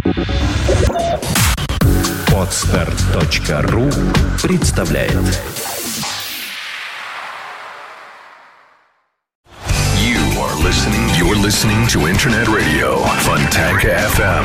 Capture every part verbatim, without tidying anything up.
Подстер точка ру представляет. You are listening. You're listening to Internet Radio Fontanka эф эм.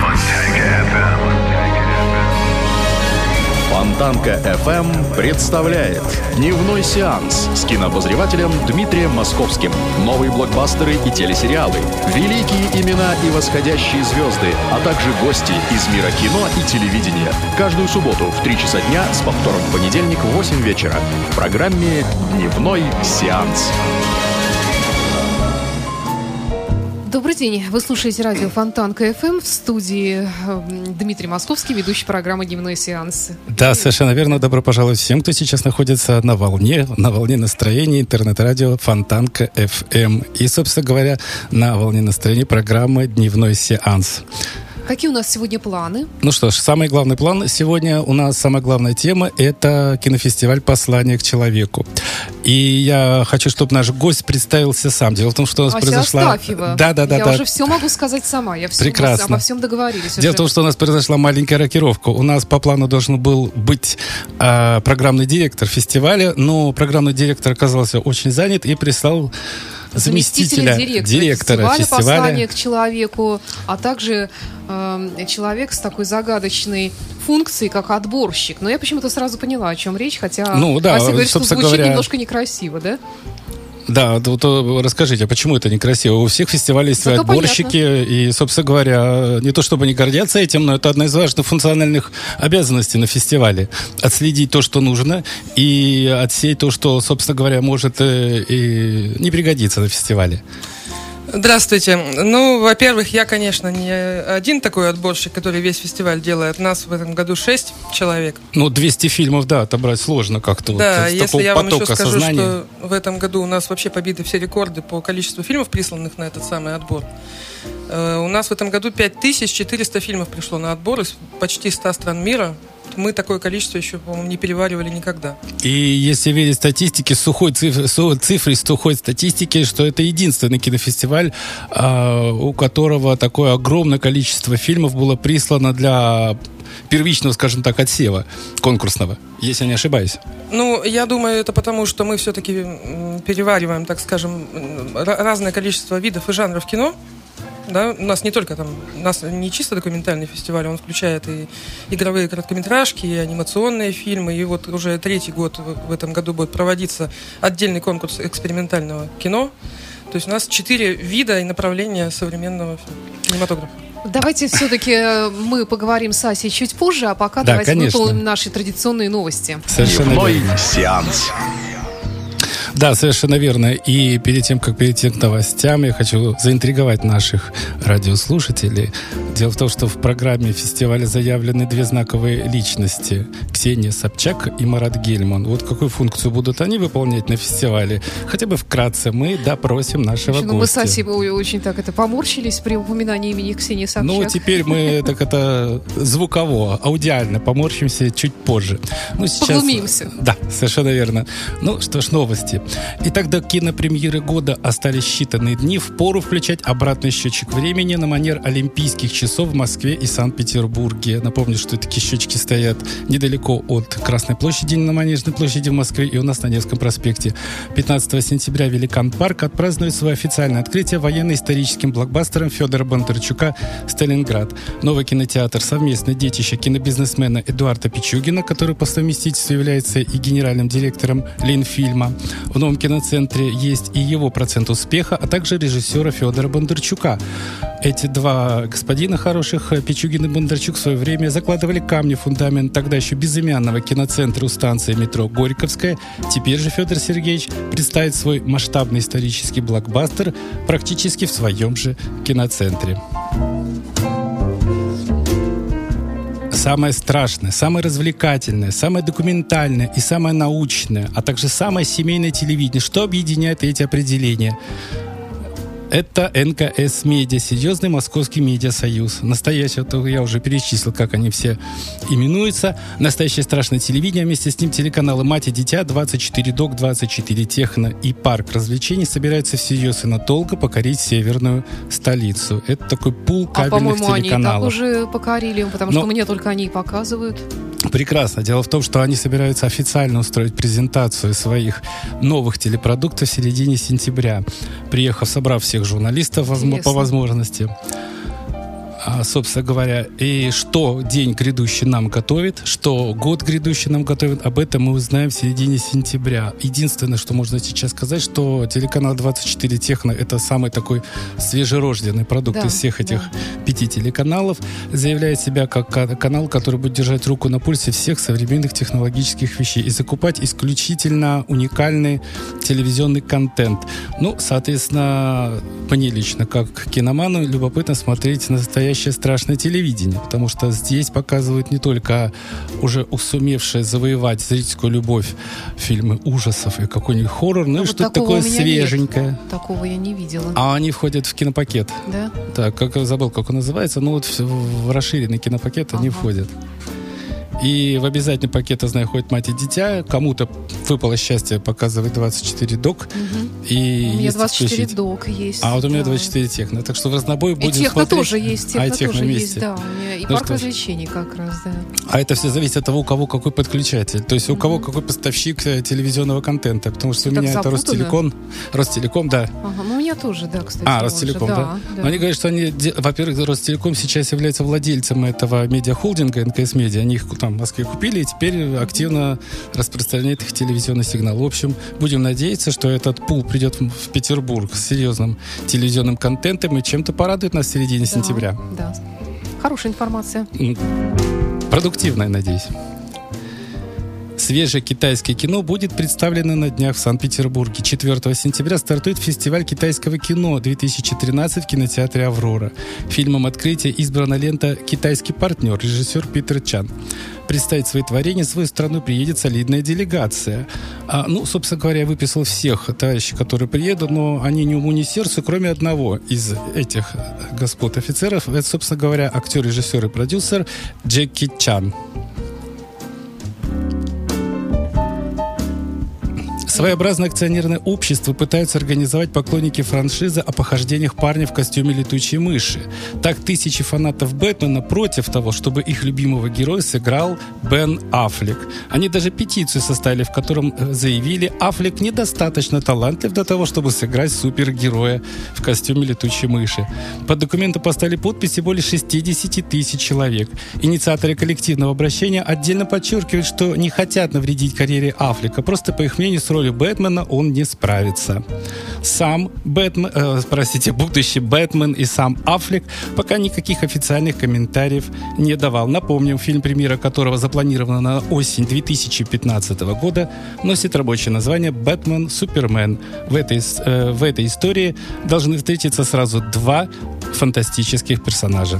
Фонтанка эф эм представляет дневной сеанс с кинообозревателем Дмитрием Московским. Новые блокбастеры и телесериалы, великие имена и восходящие звезды, а также гости из мира кино и телевидения. Каждую субботу в три часа дня с повтором в понедельник в восемь вечера в программе «Дневной сеанс». Добрый день. Вы слушаете радио Фонтанка эф эм, в студии Дмитрий Московский, ведущий программы «Дневной сеанс». Да, совершенно верно. Добро пожаловать всем, кто сейчас находится на волне, на волне настроения интернет-радио Фонтанка эф эм. И, собственно говоря, на волне настроения программы «Дневной сеанс». Какие у нас сегодня планы? Ну что ж, самый главный план сегодня у нас, самая главная тема – это кинофестиваль «Послание к человеку». И я хочу, чтобы наш гость представился сам. Дело в том, что у нас Ася произошла... Астафьева. Да, да, да. Я да. уже все могу сказать сама. Я все Прекрасно. обо всем договорились. Дело уже. в том, что у нас произошла маленькая рокировка. У нас по плану должен был быть э, программный директор фестиваля, но программный директор оказался очень занят и прислал заместителя директора, директора фестиваля, фестиваля. «Послание к человеку», а также э, человек с такой загадочной функцией, как отборщик. Но я почему-то сразу поняла, о чем речь, хотя Ну, да, Ася говорит, что звучит говоря, немножко некрасиво, да? Да, вот, расскажите, а почему это некрасиво? У всех фестивалей есть свои Зато отборщики, понятно. И, собственно говоря, не то чтобы они гордятся этим, но это одна из важных функциональных обязанностей на фестивале. Отследить то, что нужно, и отсеять то, что, собственно говоря, может и не пригодиться на фестивале. Здравствуйте. Ну, во-первых, я, конечно, не один такой отборщик, который весь фестиваль делает. Нас в этом году шесть человек. Ну, двести фильмов, да, отобрать сложно как-то. Да, вот, если я вам еще скажу, сознания. что в этом году у нас вообще побиты все рекорды по количеству фильмов, присланных на этот самый отбор. У нас в этом году пять тысяч четыреста фильмов пришло на отбор из почти ста стран мира. Мы такое количество еще, по-моему, не переваривали никогда. И если верить статистике, сухой цифры, цифры сухой статистики, что это единственный кинофестиваль, э, у которого такое огромное количество фильмов было прислано для первичного, скажем так, отсева конкурсного, если я не ошибаюсь. Ну, я думаю, это потому, что мы все-таки перевариваем, так скажем, разное количество видов и жанров кино. Да, у нас не только там, у нас не чисто документальный фестиваль, он включает и игровые короткометражки, и анимационные фильмы, и вот уже третий год в этом году будет проводиться отдельный конкурс экспериментального кино. То есть у нас четыре вида и направления современного кинематографа. Давайте все-таки мы поговорим с Асей чуть позже, а пока да, давайте конечно. выполним наши традиционные новости. Совершенно Дневной верно. сеанс. Да, совершенно верно. И перед тем, как перейти к новостям, я хочу заинтриговать наших радиослушателей. Дело в том, что в программе фестиваля заявлены две знаковые личности. Ксения Собчак и Марат Гельман. Вот какую функцию будут они выполнять на фестивале? Хотя бы вкратце мы допросим нашего ну, гостя. Мы с Асей очень так это поморщились при упоминании имени Ксении Собчак. Ну, теперь мы так это звуково, аудиально поморщимся чуть позже. Ну, сейчас... Поглумимся. Да, совершенно верно. Ну, что ж, новости. Итак, до кинопремьеры года остались считанные дни. Впору включать обратный счетчик времени на манер олимпийских часов в Москве и Санкт-Петербурге. Напомню, что такие счетчики стоят недалеко от Красной площади, на Манежной площади в Москве и у нас на Невском проспекте. пятнадцатого сентября Великан Парк отпразднует свое официальное открытие военно-историческим блокбастером Федора Бондарчука «Сталинград». Новый кинотеатр — совместное детище кинобизнесмена Эдуарда Пичугина, который по совместительству является и генеральным директором Ленфильма. В новом киноцентре есть и его процент успеха, а также режиссера Федора Бондарчука. Эти два господина хороших, Пичугин и Бондарчук, в свое время закладывали камни в фундамент тогда еще безымянного киноцентра у станции метро Горьковская. Теперь же Федор Сергеевич представит свой масштабный исторический блокбастер практически в своем же киноцентре. Самое страшное, самое развлекательное, самое документальное и самое научное, а также самое семейное телевидение. Что объединяет эти определения? Это эн ка эс Медиа, серьезный московский медиасоюз. Настоящее, то я уже перечислил, как они все именуются. Настоящее страшное телевидение, вместе с ним телеканалы «Мать и дитя», двадцать четыре док, двадцать четыре техно и парк развлечений собираются всерьез и надолго покорить северную столицу. Это такой пул кабельных а, по-моему, телеканалов. Они и так уже покорили, потому Но... что мне только они и показывают. Прекрасно. Дело в том, что они собираются официально устроить презентацию своих новых телепродуктов в середине сентября, приехав, собрав всех журналистов возможно, по возможности. А, собственно говоря, и что день грядущий нам готовит, что год грядущий нам готовит, об этом мы узнаем в середине сентября. Единственное, что можно сейчас сказать, что телеканал двадцать четыре техно — это самый такой свежерожденный продукт да, из всех этих да. пяти телеканалов, заявляет себя как канал, который будет держать руку на пульсе всех современных технологических вещей и закупать исключительно уникальный телевизионный контент. Ну, соответственно, мне лично, как киноману, любопытно смотреть на настоящее страшное телевидение, потому что здесь показывают не только уже сумевшие завоевать зрительскую любовь фильмы ужасов и какой-нибудь хоррор, но и вот что-то такое свеженькое. Нет. Такого я не видела. А они входят в кинопакет. Да? Так, как я забыл, как он называется, но вот в расширенный кинопакет ага. они входят. И в обязательный пакет, я знаю, ходит «Мать и дитя». Кому-то выпало счастье показывать двадцать четыре док. Угу. И у меня двадцать четыре исключить. док есть. А вот у меня да. двадцать четыре техно. Так что в разнобой будем смотреть. И техно тоже есть. Техно а, техно тоже вместе. есть, да. И ну, парк развлечений как раз, да. А это все зависит от того, у кого какой подключатель. То есть у угу. кого какой поставщик телевизионного контента. Потому что у меня это Ростелеком. Ростелеком, да. Ага, ну у меня тоже, да, кстати. А, Ростелеком, да. да. да. Но они говорят, что они, во-первых, Ростелеком сейчас является владельцем этого медиахолдинга эн ка эс Медиа. Они их там в Москве купили, и теперь активно распространяет их телевизионный сигнал. В общем, будем надеяться, что этот пул придет в Петербург с серьезным телевизионным контентом и чем-то порадует нас в середине да, сентября. Да. Хорошая информация. Продуктивная, надеюсь. Свежее китайское кино будет представлено на днях в Санкт-Петербурге. четвёртого сентября стартует фестиваль китайского кино две тысячи тринадцать в кинотеатре «Аврора». Фильмом открытия избрана лента «Китайский партнер», режиссер Питер Чан. Представить свои творения, свою страну приедет солидная делегация. А, ну, собственно говоря, я выписал всех товарищей, которые приедут, но они ни уму, ни сердцу, кроме одного из этих господ офицеров. Это, собственно говоря, актер, режиссер и продюсер Джеки Чан. Своеобразное акционерное общество пытаются организовать поклонники франшизы о похождениях парня в костюме летучей мыши. Так тысячи фанатов Бэтмена против того, чтобы их любимого героя сыграл Бен Аффлек. Они даже петицию составили, в котором заявили, Аффлек недостаточно талантлив для того, чтобы сыграть супергероя в костюме летучей мыши. Под документом поставили подписи более шестьдесят тысяч человек. Инициаторы коллективного обращения отдельно подчеркивают, что не хотят навредить карьере Аффлека, просто, по их мнению, с ролью Бэтмена он не справится. Сам Бэтмен, э, простите, будущий Бэтмен и сам Аффлек пока никаких официальных комментариев не давал. Напомним, фильм, премьера которого запланирована на осень две тысячи пятнадцатого года, носит рабочее название «Бэтмен Супермен». В этой, э, в этой истории должны встретиться сразу два фантастических персонажа.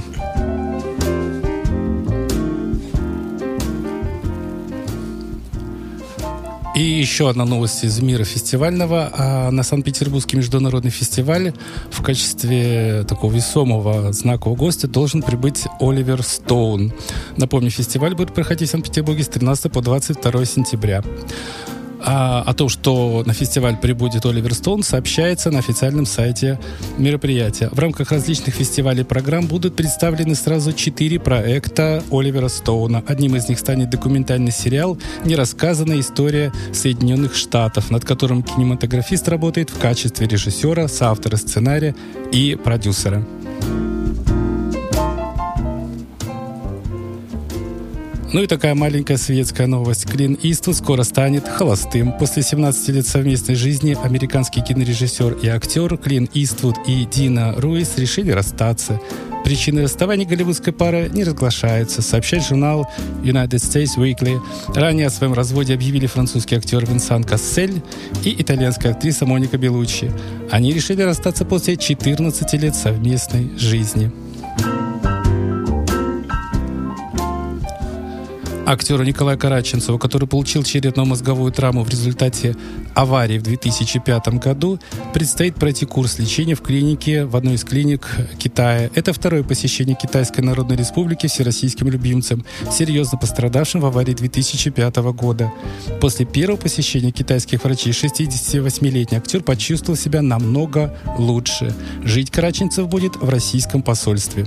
И еще одна новость из мира фестивального. А на Санкт-Петербургский международный фестиваль в качестве такого весомого знакового гостя должен прибыть Оливер Стоун. Напомню, фестиваль будет проходить в Санкт-Петербурге с тринадцатого по двадцать второе сентября. А, о том, что на фестиваль прибудет Оливер Стоун, сообщается на официальном сайте мероприятия. В рамках различных фестивалей и программ будут представлены сразу четыре проекта Оливера Стоуна. Одним из них станет документальный сериал «Нерассказанная история Соединенных Штатов», над которым кинематографист работает в качестве режиссера, соавтора сценария и продюсера. Ну и такая маленькая светская новость. Клинт Иствуд скоро станет холостым. После семнадцати лет совместной жизни американский кинорежиссер и актер Клинт Иствуд и Дина Руис решили расстаться. Причины расставания голливудской пары не разглашаются, сообщает журнал United States Weekly. Ранее о своем разводе объявили французский актер Винсан Кассель и итальянская актриса Моника Беллуччи. Они решили расстаться после четырнадцати лет совместной жизни. Актеру Николаю Караченцеву, который получил черепно-мозговую травму в результате аварии в две тысячи пятом году, предстоит пройти курс лечения в клинике, в одной из клиник Китая. Это второе посещение Китайской Народной Республики всероссийским любимцем, серьезно пострадавшим в аварии две тысячи пятого года. После первого посещения китайских врачей шестидесятивосьмилетний актер почувствовал себя намного лучше. Жить Караченцев будет в российском посольстве.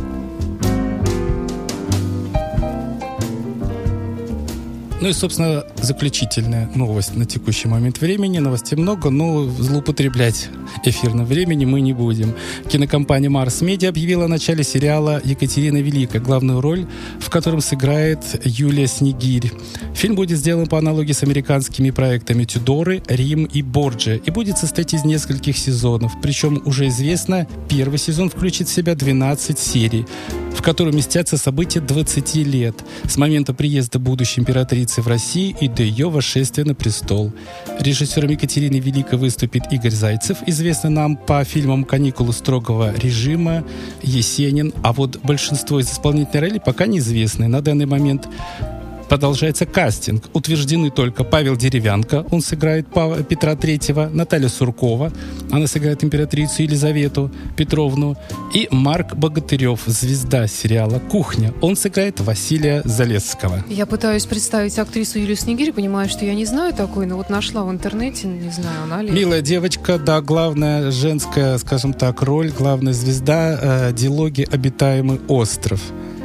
Ну и, собственно, заключительная новость на текущий момент времени. Новостей много, но злоупотреблять эфирным временем мы не будем. Кинокомпания Mars Media объявила о начале сериала «Екатерина Великая», главную роль в котором сыграет Юлия Снегирь. Фильм будет сделан по аналогии с американскими проектами «Тюдоры», «Рим» и «Борджиа» и будет состоять из нескольких сезонов. Причем уже известно, первый сезон включит в себя двенадцать серий, в которой вместятся события двадцати лет с момента приезда будущей императрицы в России и до ее восшествия на престол. Режиссером Екатерины Великой выступит Игорь Зайцев, известный нам по фильмам «Каникулы строгого режима», «Есенин», а вот большинство из исполнительной роли пока неизвестны. На данный момент продолжается кастинг. Утверждены только Павел Деревянко, он сыграет Петра Третьего, Наталья Суркова, она сыграет императрицу Елизавету Петровну, и Марк Богатырев, звезда сериала «Кухня», он сыграет Василия Залесского. Я пытаюсь представить актрису Юлию Снегирь, понимаю, что я не знаю такой, но вот нашла в интернете, не знаю, она ли... Милая девочка, да, главная женская, скажем так, роль, главная звезда э, дилогии «Обитаемый остров».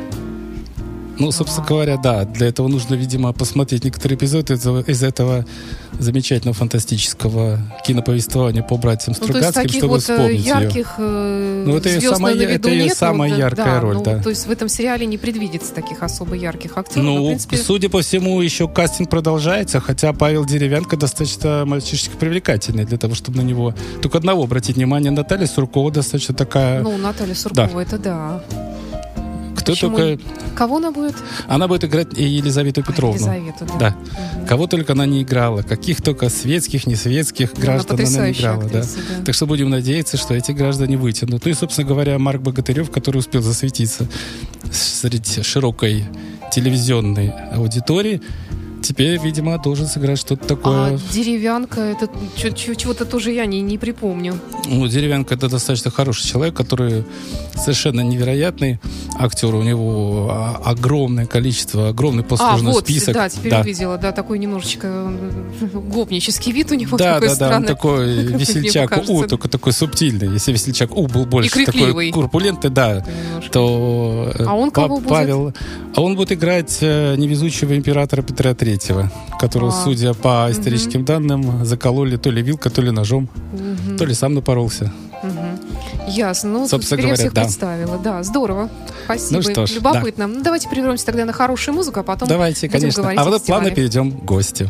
Ну, собственно говоря, да, для этого нужно, видимо, посмотреть некоторые эпизоды из, из этого замечательного фантастического киноповествования по братьям Стругацким, ну, чтобы вот вспомнить ярких, ее. Ну, это ее звезд самая, на виду это ее нет, самая ну, яркая да, роль, ну, да. То есть в этом сериале не предвидится таких особо ярких актеров. Ну, но, в принципе... судя по всему, еще кастинг продолжается, хотя Павел Деревянко достаточно мальчишески привлекательный для того, чтобы на него только одного обратить внимание. Наталья Суркова достаточно такая... Ну, Наталья Суркова, да. это да. Кто Почему? только... Кого она будет? Она будет играть Елизавету Петровну. Елизавету, да. Да. Угу. Кого только она не играла. Каких только светских, не светских граждан она, она не играла. Актриса, да. да. Так что будем надеяться, что эти граждане вытянут. Ну и, собственно говоря, Марк Богатырев, который успел засветиться среди широкой телевизионной аудитории, теперь, видимо, должен сыграть что-то такое. А Деревянко, это чего-то тоже я не, не припомню. Ну, Деревянко — это достаточно хороший человек, который совершенно невероятный актер. У него огромное количество, огромный послужной а, вот, список. Да, теперь да. увидела, да, такой немножечко гопнический вид у него. Да, такой да, странный. да, он такой весельчак У, только такой субтильный. Если весельчак У был больше такой корпулентный, да, немножко. то а он кого Павел, будет? А он будет играть невезучего императора Петра Третьего, которого, а. судя по историческим угу. данным, закололи то ли вилкой, то ли ножом, угу. то ли сам напоролся. Угу. Ясно. Ну, собственно теперь говоря, я всех да. представила. Да, здорово. Спасибо. Ну что ж, любопытно. да. Ну, давайте прервемся тогда на хорошую музыку, а потом давайте, будем конечно. говорить а вот плавно перейдем к гостю.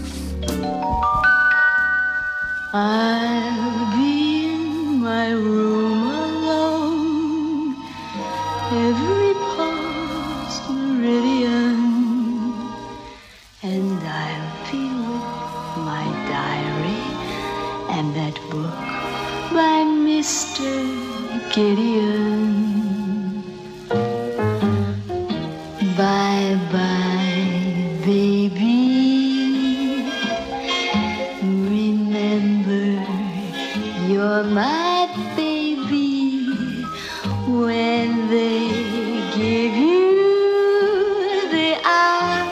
I'll be in my room alone. Every pulse meridian, and I'll be with my diary and that book by Mister Gideon. Bye bye, baby. Remember, you're my baby when they give you the eye.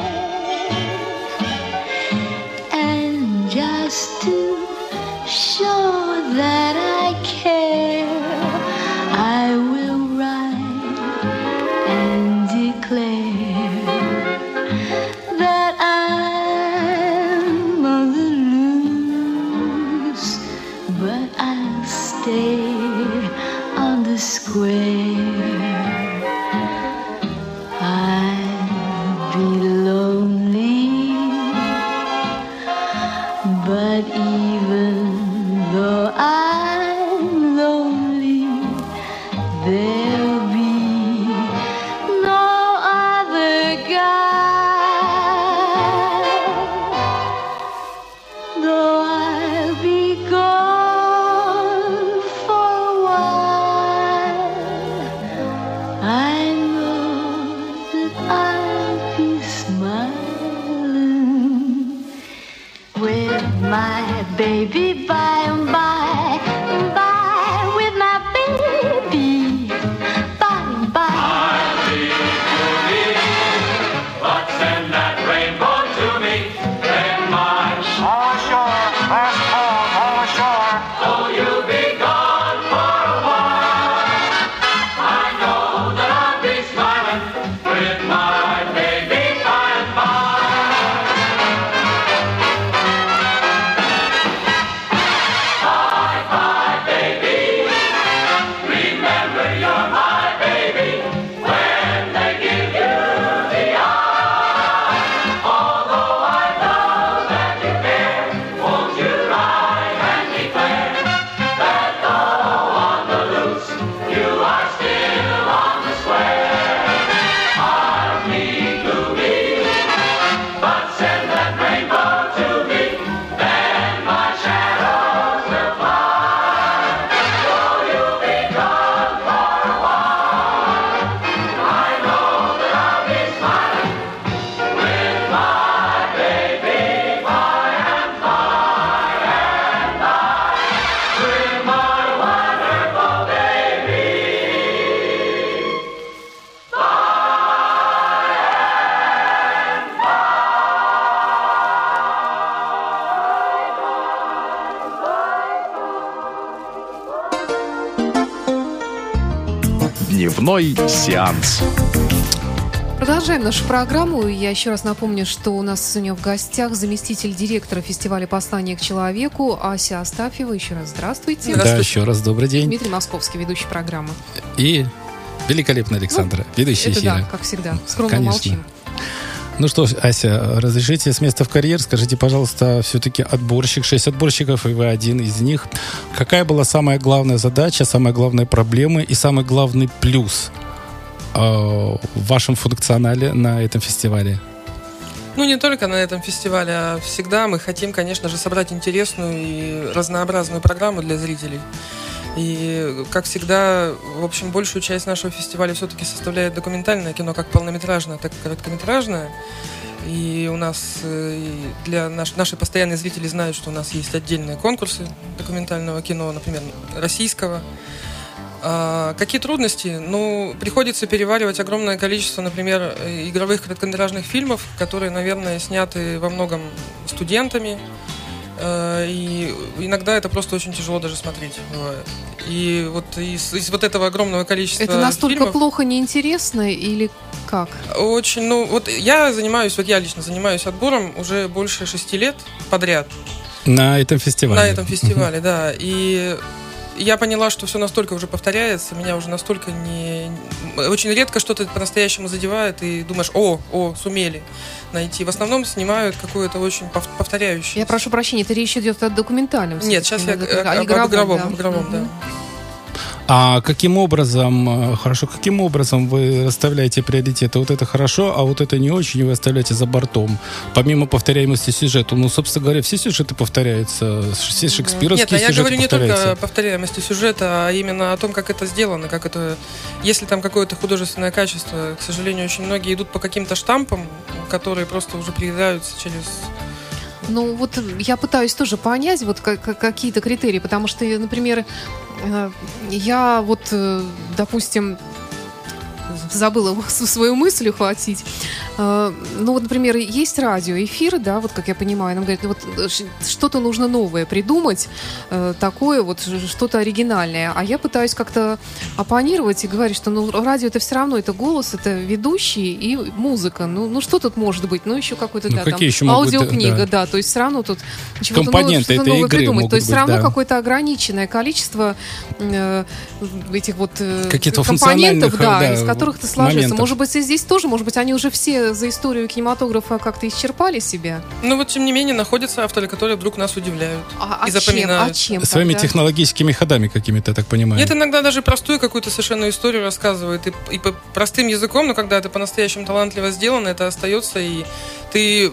And just to show that I care, my baby by and by, by with my baby by and by. I'll be to me, but send that rainbow to me. Then my all ashore, last call, all ashore. Oh, you'll be gone for a while. I know that I'll be smiling with my baby by and by. Bye bye, baby. Remember you're my baby when they give you the eye. Although I know that you care, won't you ride and declare that though on the loose you are still on the square? I'll be gloomy, but send that rainbow to me, then my shadows will fly. Though you'll be gone for a while, I know that I'll be smiling with my baby by and by and by, with my wonderful baby by and Дневной сеанс. Продолжаем нашу программу. Я еще раз напомню, что у нас сегодня в гостях заместитель директора фестиваля «Послание к человеку» Ася Астафьева. Еще раз здравствуйте. Да, еще раз добрый день. Дмитрий Московский, ведущий программы. И великолепная Александра, ведущий Это эфира. да, как всегда. Скромно Конечно. молчим. Ну что ж, Ася, разрешите с места в карьер. Скажите, пожалуйста, все-таки отборщик, шесть отборщиков, и вы один из них. Какая была самая главная задача, самая главная проблема и самый главный плюс э, в вашем функционале на этом фестивале? Ну, не только на этом фестивале, а всегда мы хотим, конечно же, собрать интересную и разнообразную программу для зрителей. И, как всегда, в общем, большую часть нашего фестиваля все-таки составляет документальное кино, как полнометражное, так и короткометражное. И у нас, для наш, наши постоянные зрители знают, что у нас есть отдельные конкурсы документального кино, например, российского. А какие трудности? Ну, приходится переваривать огромное количество, например, игровых короткометражных фильмов, которые, наверное, сняты во многом студентами. И иногда это просто очень тяжело даже смотреть бывает. И вот из, из вот этого огромного количества Это настолько фильмов, плохо, неинтересно или как? очень, ну, вот я занимаюсь, вот я лично занимаюсь отбором уже больше шести лет подряд. На этом фестивале. На этом фестивале, да. И я поняла, что все настолько уже повторяется, меня уже настолько не... Очень редко что-то по-настоящему задевает, и думаешь, о, о, сумели найти. В основном снимают какое-то очень повторяющее. Я прошу прощения, это речь идет о документальном? Нет, сейчас я о, об игровом, игровом, да. об игровом, да. А каким образом, хорошо, каким образом вы расставляете приоритеты? Вот это хорошо, а вот это не очень, и вы оставляете за бортом. Помимо повторяемости сюжета. Ну, собственно говоря, все сюжеты повторяются. Все шекспировские Нет, а я сюжеты говорю не повторяются. только о повторяемости сюжета, а именно о том, как это сделано, как это... Если там какое-то художественное качество, к сожалению, очень многие идут по каким-то штампам, которые просто уже приедаются через... Ну, вот я пытаюсь тоже понять вот как, какие-то критерии, потому что, например, я вот, допустим, забыла свою мысль ухватить. Ну, вот, например, есть радиоэфир, да, вот как я понимаю, нам говорят, вот что-то нужно новое придумать, такое вот, что-то оригинальное. А я пытаюсь как-то оппонировать и говорить, что ну, радио это все равно, это голос, это ведущий и музыка. Ну, ну что тут может быть? Ну, еще какой-то, ну, да, там, еще могут, аудиокнига, да. да. да, то есть все равно тут чего-то компоненты новое, что-то новое игры придумать. могут То есть быть, все равно да. какое-то ограниченное количество э, этих вот э, каких-то компонентов, да, да, из которых ты сложится. моментов. Может быть, и здесь тоже, может быть, они уже все за историю кинематографа как-то исчерпали себя. Ну вот, тем не менее, находятся авторы, которые вдруг нас удивляют А, и а чем? запоминают. А чем Своими тогда? технологическими ходами какими-то, я так понимаю. Нет, иногда даже простую какую-то совершенно историю рассказывают. И, и по простым языком, но когда это по-настоящему талантливо сделано, это остается, и ты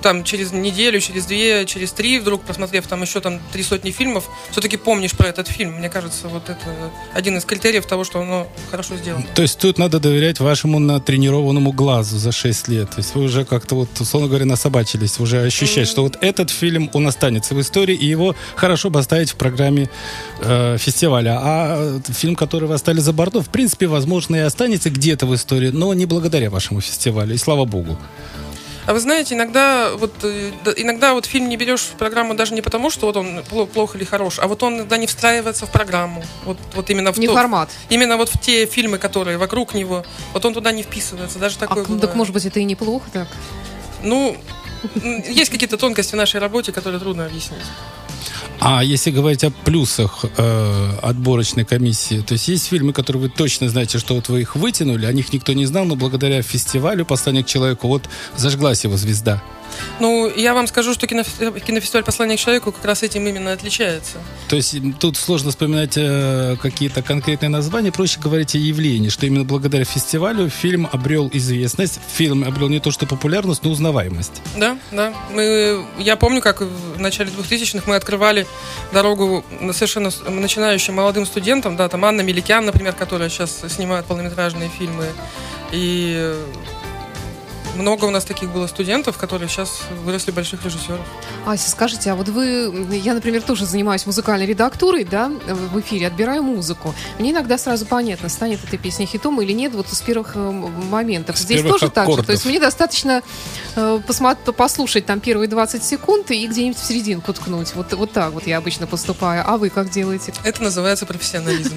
там через неделю, через две, через три, вдруг просмотрев там еще там три сотни фильмов, все-таки помнишь про этот фильм. Мне кажется, вот это один из критериев того, что оно хорошо сделано. То есть тут надо доверять вашему натренированному глазу за шесть лет. То есть вы уже как-то вот, условно говоря, насобачились, уже ощущать, mm-hmm. что вот этот фильм, он останется в истории, и его хорошо поставить в программе э, фестиваля. А фильм, который вы оставили за бортом, в принципе, возможно, и останется где-то в истории, но не благодаря вашему фестивалю, и слава богу. А вы знаете, иногда вот, иногда вот фильм не берешь в программу даже не потому, что вот он плохо или хорош, а вот он иногда не встраивается в программу. Вот, вот именно в не то, формат. Именно вот в те фильмы, которые вокруг него, вот он туда не вписывается. Даже такое а, бывает. Так, может быть, это и неплохо так? Ну, есть какие-то тонкости в нашей работе, которые трудно объяснить. А если говорить о плюсах э, отборочной комиссии, то есть есть фильмы, которые вы точно знаете, что вот вы их вытянули, о них никто не знал, но благодаря фестивалю «Послание к человеку» вот зажглась его звезда. Ну, я вам скажу, что кинофестиваль, кинофестиваль «Послание к человеку» как раз этим именно отличается. То есть тут сложно вспоминать э, какие-то конкретные названия, проще говорить о явлении, что именно благодаря фестивалю фильм обрел известность, фильм обрел не то что популярность, но узнаваемость. Да, да. Мы, я помню, как в начале двухтысячных мы открывали дорогу совершенно начинающим молодым студентам, да, там Анна Меликян, например, которая сейчас снимает полнометражные фильмы, и много у нас таких было студентов, которые сейчас выросли больших режиссеров. Ася, скажите, а вот вы... Я, например, тоже занимаюсь музыкальной редактурой, да, в эфире, отбираю музыку. Мне иногда сразу понятно, станет эта песня хитом или нет, вот с первых моментов. С Здесь первых тоже так же? аккордов. То есть мне достаточно э, посмотри, послушать там первые двадцать секунд и где-нибудь в серединку ткнуть. Вот, вот так вот я обычно поступаю. А вы как делаете? Это называется профессионализм.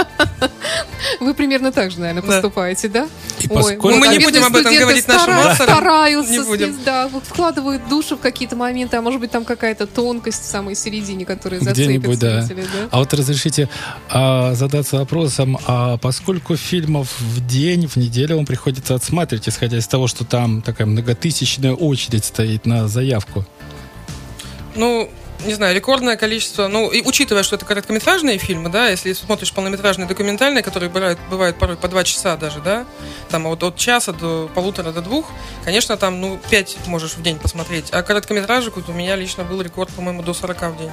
Вы примерно так же, наверное, поступаете, да? И Ой, поскольку... Ну, мы не будем об этом говорить нашим стараются, авторам. стараются, Не будем. да, вот вкладывают душу в какие-то моменты, а может быть там какая-то тонкость в самой середине, которая Где-нибудь, зацепит да. зрителя, да? А вот разрешите а, задаться вопросом, а поскольку фильмов в день, в неделю вам приходится отсматривать, исходя из того, что там такая многотысячная очередь стоит на заявку? Ну, не знаю, рекордное количество, ну, и учитывая, что это короткометражные фильмы, да, если смотришь полнометражные документальные, которые бывают, бывают порой по два часа даже, да, там от, от часа до полутора до двух, конечно, там, ну, пять можешь в день посмотреть, а короткометражек вот у меня лично был рекорд, по-моему, до сорока в день.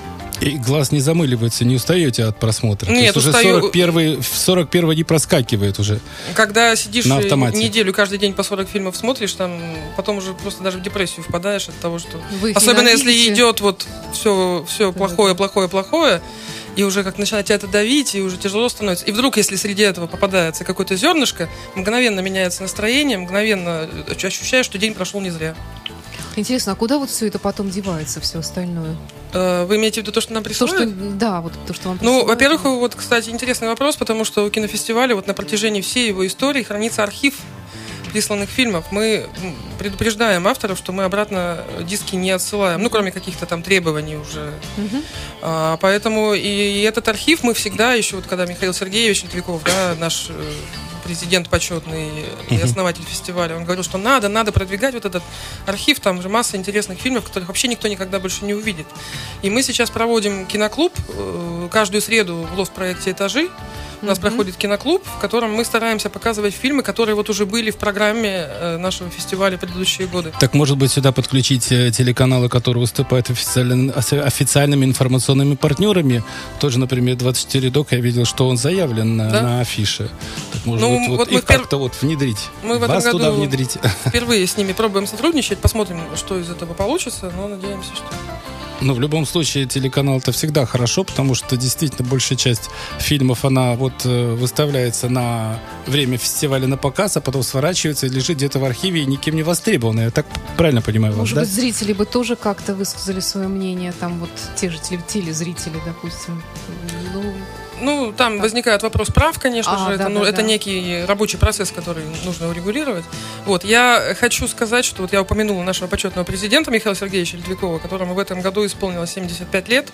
И глаз не замыливается, не устаете от просмотра? Нет, То есть уже устаю. сорок первый, сорок первый не проскакивает уже. Когда сидишь На автомате. неделю, каждый день по сорок фильмов смотришь, там потом уже просто даже в депрессию впадаешь от того, что... Вы их Особенно если ненавидите. идет вот все, все плохое, плохое, плохое, и уже как начинает тебя это давить, и уже тяжело становится. И вдруг, если среди этого попадается какое-то зернышко, мгновенно меняется настроение, мгновенно ощущаешь, что день прошел не зря. Интересно, а куда вот все это потом девается, все остальное? Э, Вы имеете в виду то, что нам То, присылают? что, да, вот то, что вам Ну, присылают. во-первых, вот, кстати, интересный вопрос, потому что у кинофестиваля вот на протяжении всей его истории хранится архив присланных фильмов. Мы м, предупреждаем авторов, что мы обратно диски не отсылаем, ну, кроме каких-то там требований уже. Мгм. А, поэтому и, и этот архив мы всегда, еще вот когда Михаил Сергеевич Литвиков, да, наш э, президент почетный и основатель фестиваля, он говорил, что надо, надо продвигать вот этот архив, там же масса интересных фильмов, которых вообще никто никогда больше не увидит. И мы сейчас проводим киноклуб э, каждую среду в лофт-проекте «Этажи». У нас Мгм. проходит киноклуб, в котором мы стараемся показывать фильмы, которые вот уже были в программе э, нашего фестиваля в предыдущие годы. Так, может быть, сюда подключить э, телеканалы, которые выступают официально- оси- официальными информационными партнерами? Тоже, например, двадцать четыре док, я видел, что он заявлен на, Да? на афише. Так, может Ну, быть, вот, вот мы их в пер- как-то вот внедрить? Мы в этом Вас туда году- внедрить? Впервые с ними пробуем сотрудничать, посмотрим, что из этого получится, но надеемся, что... Но в любом случае телеканал это всегда хорошо, потому что действительно большая часть фильмов, она вот э, выставляется на время фестиваля на показ, а потом сворачивается и лежит где-то в архиве и никем не востребованная. Я так правильно понимаю вас, Может да? быть, зрители бы тоже как-то высказали свое мнение, там вот те же теле- телезрители, допустим. Ну, Ну, там возникает вопрос прав, конечно А, же. да, это, ну, да, это да. некий рабочий процесс, который нужно урегулировать. Вот. Я хочу сказать, что вот я упомянула нашего почетного президента Михаила Сергеевича Литвикова, которому в этом году исполнилось семьдесят пять лет.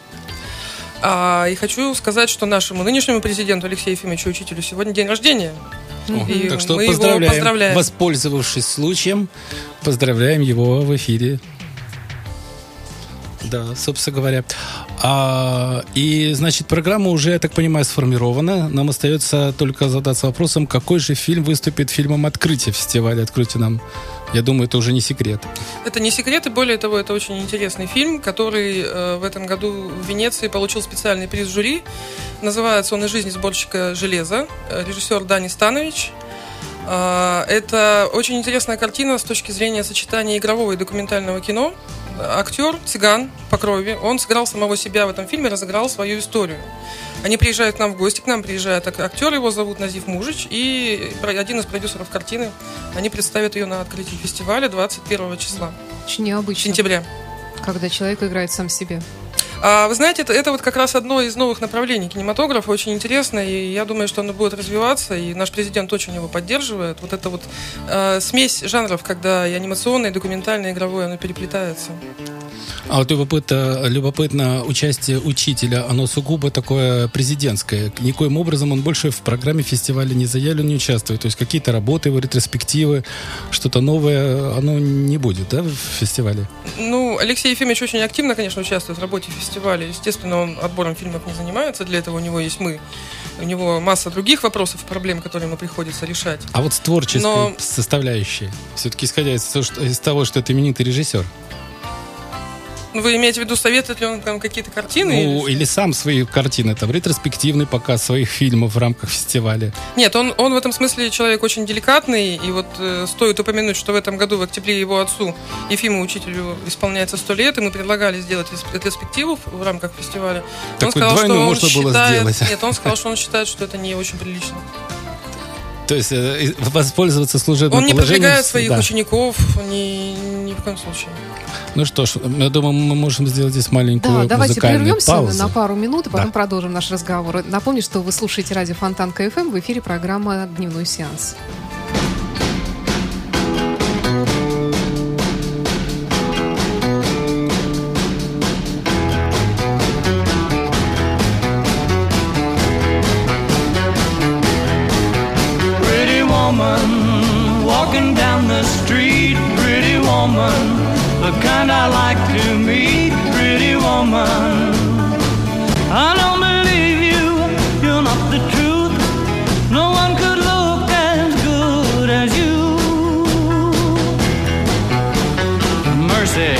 А, и хочу сказать, что нашему нынешнему президенту Алексею Ефимовичу Учителю сегодня день рождения. О, И так что мы его поздравляем. поздравляем. Воспользовавшись случаем, поздравляем его в эфире. Да, собственно говоря. А, и, значит, программа уже, я так понимаю, сформирована. Нам остается только задаться вопросом, какой же фильм выступит фильмом открытия фестиваля. Откройте нам. Я думаю, это уже не секрет. Это не секрет, и более того, это очень интересный фильм, который э, в этом году в Венеции получил специальный приз жюри. Называется он «Из жизни сборщика железа». Режиссер Дани Станович. Э, это очень интересная картина с точки зрения сочетания игрового и документального кино. Актер, цыган по крови, он сыграл самого себя в этом фильме, разыграл свою историю. Они приезжают к нам в гости, к нам приезжает актер, его зовут Назиф Мужич, и один из продюсеров картины. Они представят ее на открытии фестиваля двадцать первого числа. Очень необычно. Сентября. Когда человек играет сам себе. А, вы знаете, это, это вот как раз одно из новых направлений кинематографа, очень интересно, и я думаю, что оно будет развиваться, и наш президент очень его поддерживает. Вот эта вот э, смесь жанров, когда и анимационное, и документальное, и игровое, оно переплетается. А вот любопытно, любопытно участие учителя, оно сугубо такое президентское. Никоим образом он больше в программе фестиваля не заявлен, не участвует. То есть какие-то работы, его ретроспективы, что-то новое, оно не будет, да, в фестивале? Ну, Алексей Ефимович очень активно, конечно, участвует в работе фестиваля. Естественно, он отбором фильмов не занимается, для этого у него есть мы. У него масса других вопросов и проблем, которые ему приходится решать. А вот с творческой Но... составляющей, все-таки исходя из того, что, из того, что это именитый режиссер. Вы имеете в виду, советует ли он там какие-то картины? Ну, или сам свои картины, там, ретроспективный показ своих фильмов в рамках фестиваля. Нет, он, он в этом смысле человек очень деликатный, и вот э, стоит упомянуть, что в этом году, в октябре, его отцу, Ефиму Учителю, исполняется сто лет, и мы предлагали сделать ретроспективу в рамках фестиваля. Так он сказал, что он можно считает, было сделать. Нет, он сказал, что он считает, что это не очень прилично. То есть э, воспользоваться служебным он не положением... продвигает своих да. учеников ни, ни в коем случае. Ну что ж, я думаю, мы можем сделать здесь маленькую Да, давайте музыкальную прервемся паузу. на пару минут, и потом Да. продолжим наш разговор. Напомню, что вы слушаете радио Фонтан КФМ, в эфире программа «Дневной сеанс». Pretty woman, walking down the street. Pretty woman, the kind I like to meet. Pretty woman, I don't believe you, you're not the truth. No one could look as good as you. Mercy.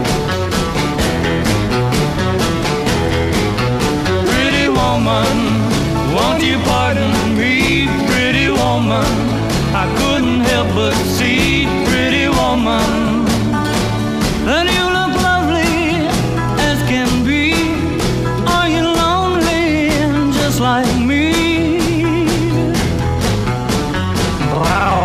Pretty woman, won't you pardon me? Pretty woman, I couldn't help but see. Pretty woman, that you look lovely as can be. Are you lonely just like me? Wow.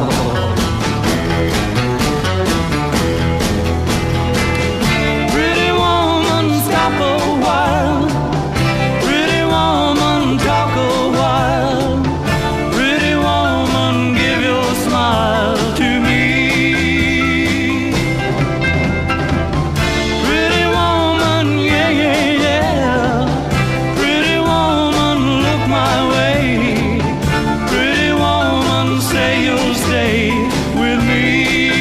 Pretty woman, stop a while. Pretty woman, talk a while. Pretty woman, give your smile to me. Pretty woman, yeah, yeah, yeah. Pretty woman, look my way. Pretty woman, say you'll stay with me.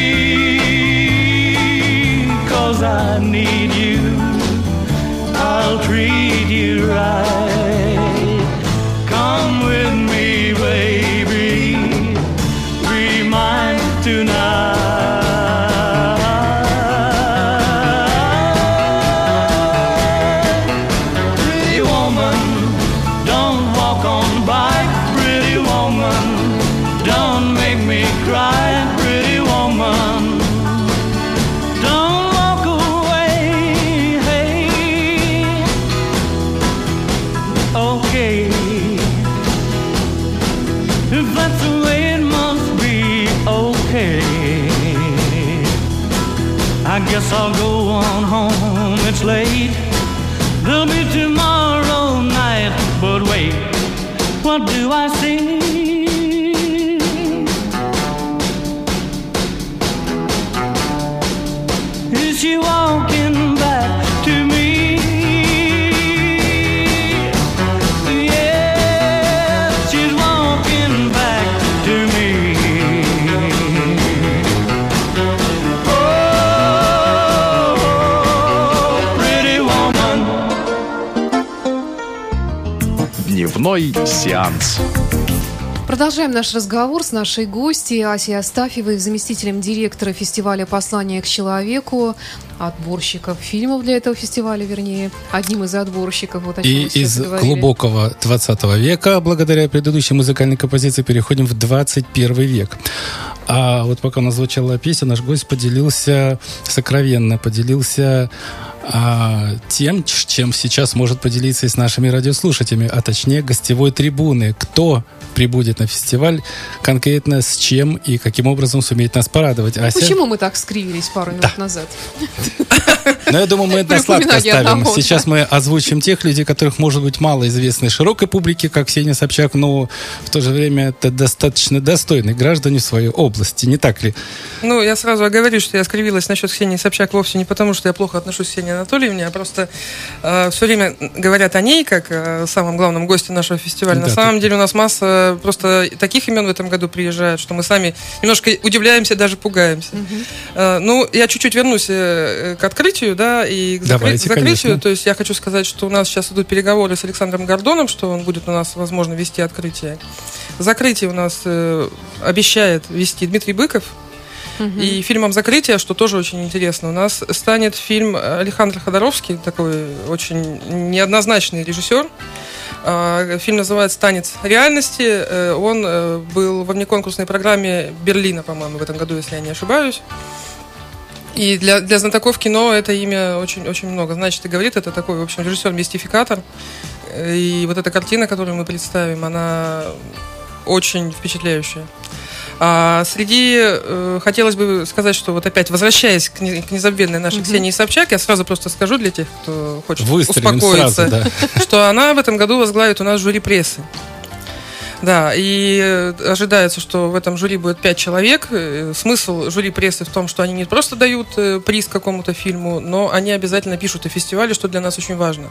'Cause I need you, I'll treat you right. Come with me, baby, be mine tonight. Pretty woman, don't walk on by. Pretty woman, don't make me cry. Pretty woman, don't walk away. Hey, okay, if that's the way it must be, okay. I guess I'll go on home, it's late. There'll be tomorrow night, but wait, what do I see? Is she walking back to me? Yeah, she's walking back to me. Oh, Дневной сеанс. Продолжаем наш разговор с нашей гостьей Асей Астафьевой, заместителем директора фестиваля «Послание к человеку», отборщиков фильмов для этого фестиваля, вернее, одним из отборщиков. Вот о чем И мы сейчас из говорили. глубокого двадцатого века, благодаря предыдущей музыкальной композиции, переходим в двадцать первый век. А вот пока у нас звучала песня, наш гость поделился сокровенно, поделился а, тем, чем сейчас может поделиться и с нашими радиослушателями, а точнее гостевой трибуны. Кто прибудет на фестиваль, конкретно с чем и каким образом сумеет нас порадовать. Ну, Ася? почему мы так скривились пару минут Да. назад? Но я думаю, мы это При на сладко упоминании оставим. одного, Сейчас да. мы озвучим тех людей, которых, может быть, мало известны широкой публике, как Ксения Собчак, но в то же время это достаточно достойные граждане в своей области, не так ли? Ну, я сразу оговорю, что я скривилась насчет Ксении Собчак вовсе не потому, что я плохо отношусь к Ксении Анатольевне, а просто э, все время говорят о ней, как о самом главном госте нашего фестиваля. Да, На самом так. деле у нас масса просто таких имен в этом году приезжает, что мы сами немножко удивляемся, даже пугаемся. Э, ну, я чуть-чуть вернусь э, к открытию, да, и к закры- Давайте, закрытию. конечно. То есть я хочу сказать, что у нас сейчас идут переговоры с Александром Гордоном, что он будет у нас, возможно, вести открытие. Закрытие у нас э, обещает вести Дмитрий Быков. И фильмом закрытия, что тоже очень интересно, у нас станет фильм Александр Ходоровский, такой очень неоднозначный режиссер. А, Фильм называется «Танец реальности». Э, Он э, был во внеконкурсной программе Берлина, по-моему, в этом году, если я не ошибаюсь. И для, для знатоков кино это имя очень-очень много. Значит, и говорит, это такой, в общем, режиссер-мистификатор. И вот эта картина, которую мы представим, она очень впечатляющая. А среди, э, хотелось бы сказать, что вот опять, возвращаясь к, не- к незабвенной нашей Мгм. Ксении Собчак, я сразу просто скажу для тех, кто хочет Выстрелим успокоиться, сразу, да. что она в этом году возглавит у нас жюри прессы. Да, и э, ожидается, что в этом жюри будет пять человек. Э, Смысл жюри прессы в том, что они не просто дают э, приз какому-то фильму, но они обязательно пишут о фестивале, что для нас очень важно.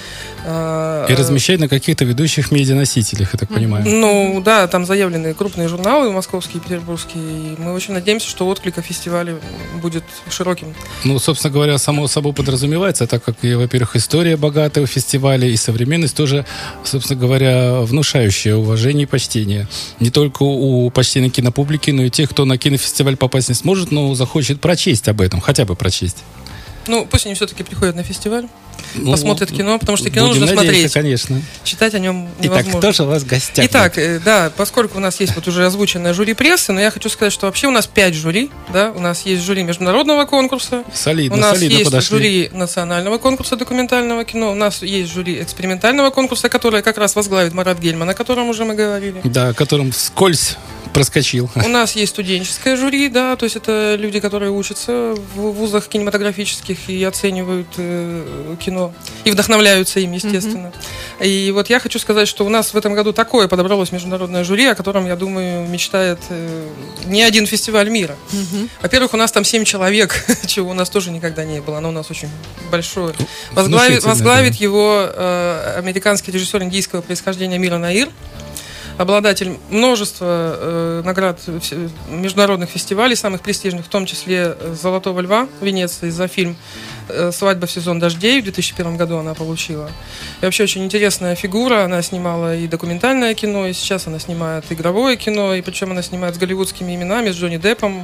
А, И размещать на каких-то ведущих медианосителях, я так понимаю. Ну, да, там заявлены крупные журналы, московские, петербургские, и мы очень надеемся, что отклик о фестивале будет широким. Ну, собственно говоря, само собой подразумевается, так как, и, во-первых, история богатая у фестиваля, и современность тоже, собственно говоря, внушающая уважение и почтение. Не только у почтенной кинопублики, но и тех, кто на кинофестиваль попасть не сможет, но захочет прочесть об этом, хотя бы прочесть. Ну, пусть они все-таки приходят на фестиваль, Ну, посмотрят кино, потому что кино будем нужно надеяться, смотреть. конечно. Читать о нем Итак, невозможно. кто же у вас в гостях? Итак, э, да, поскольку у нас есть вот уже озвученное жюри прессы, но я хочу сказать, что вообще у нас пять жюри, да, у нас есть жюри международного конкурса, Солидно, у нас солидно есть подошли. жюри национального конкурса документального кино, у нас есть жюри экспериментального конкурса, которое как раз возглавит Марат Гельман, о котором уже мы говорили. Да, которым вскользь проскочил. У нас есть студенческое жюри, да, то есть это люди, которые учатся в вузах кинематографических и оценивают э, кино, и вдохновляются им, естественно. И вот я хочу сказать, что у нас в этом году такое подобралось международное жюри, о котором, я думаю, мечтает э, не один фестиваль мира. Во-первых, у нас там семь человек, чего у нас тоже никогда не было, оно у нас очень большое. Возглавит, Внушительно, возглавит да. его э, американский режиссер индийского происхождения Мира Наир, обладатель множества э, наград вс- международных фестивалей, самых престижных, в том числе э, «Золотого льва» в Венеции за фильм э, «Свадьба в сезон дождей» в две тысячи первом году она получила. И вообще очень интересная фигура, она снимала и документальное кино, и сейчас она снимает игровое кино, и причем она снимает с голливудскими именами, с Джонни Деппом,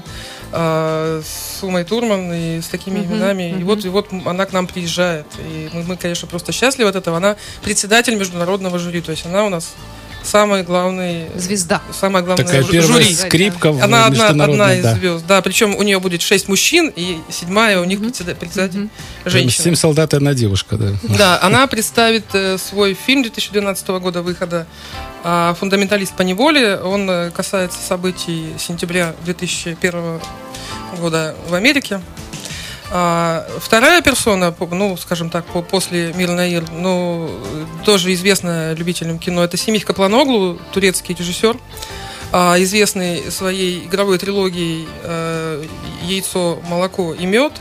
э, с Умой Турман и с такими Мгм, именами. И мгм. вот, и вот она к нам приезжает. И мы, мы, конечно, просто счастливы от этого. Она председатель международного жюри, то есть она у нас самый главный, Звезда. самая главная Такая жю- первая жюри. скрипка в Она одна, одна международной, из да. звезд. Да, причем у нее будет шесть мужчин, и седьмая у них председа- председатель женщина. Семь солдат и одна девушка, да. Да, она представит э, свой фильм две тысячи двенадцатого года выхода а, «Фундаменталист по неволе». Он э, касается событий сентября две тысячи первого года в Америке. А, вторая персона, по- ну, скажем так, по- после Мир Наир, ну, тоже известная любителям кино, это Семих Капланоглу, турецкий режиссер, а, известный своей игровой трилогией э, «Яйцо, молоко и мед».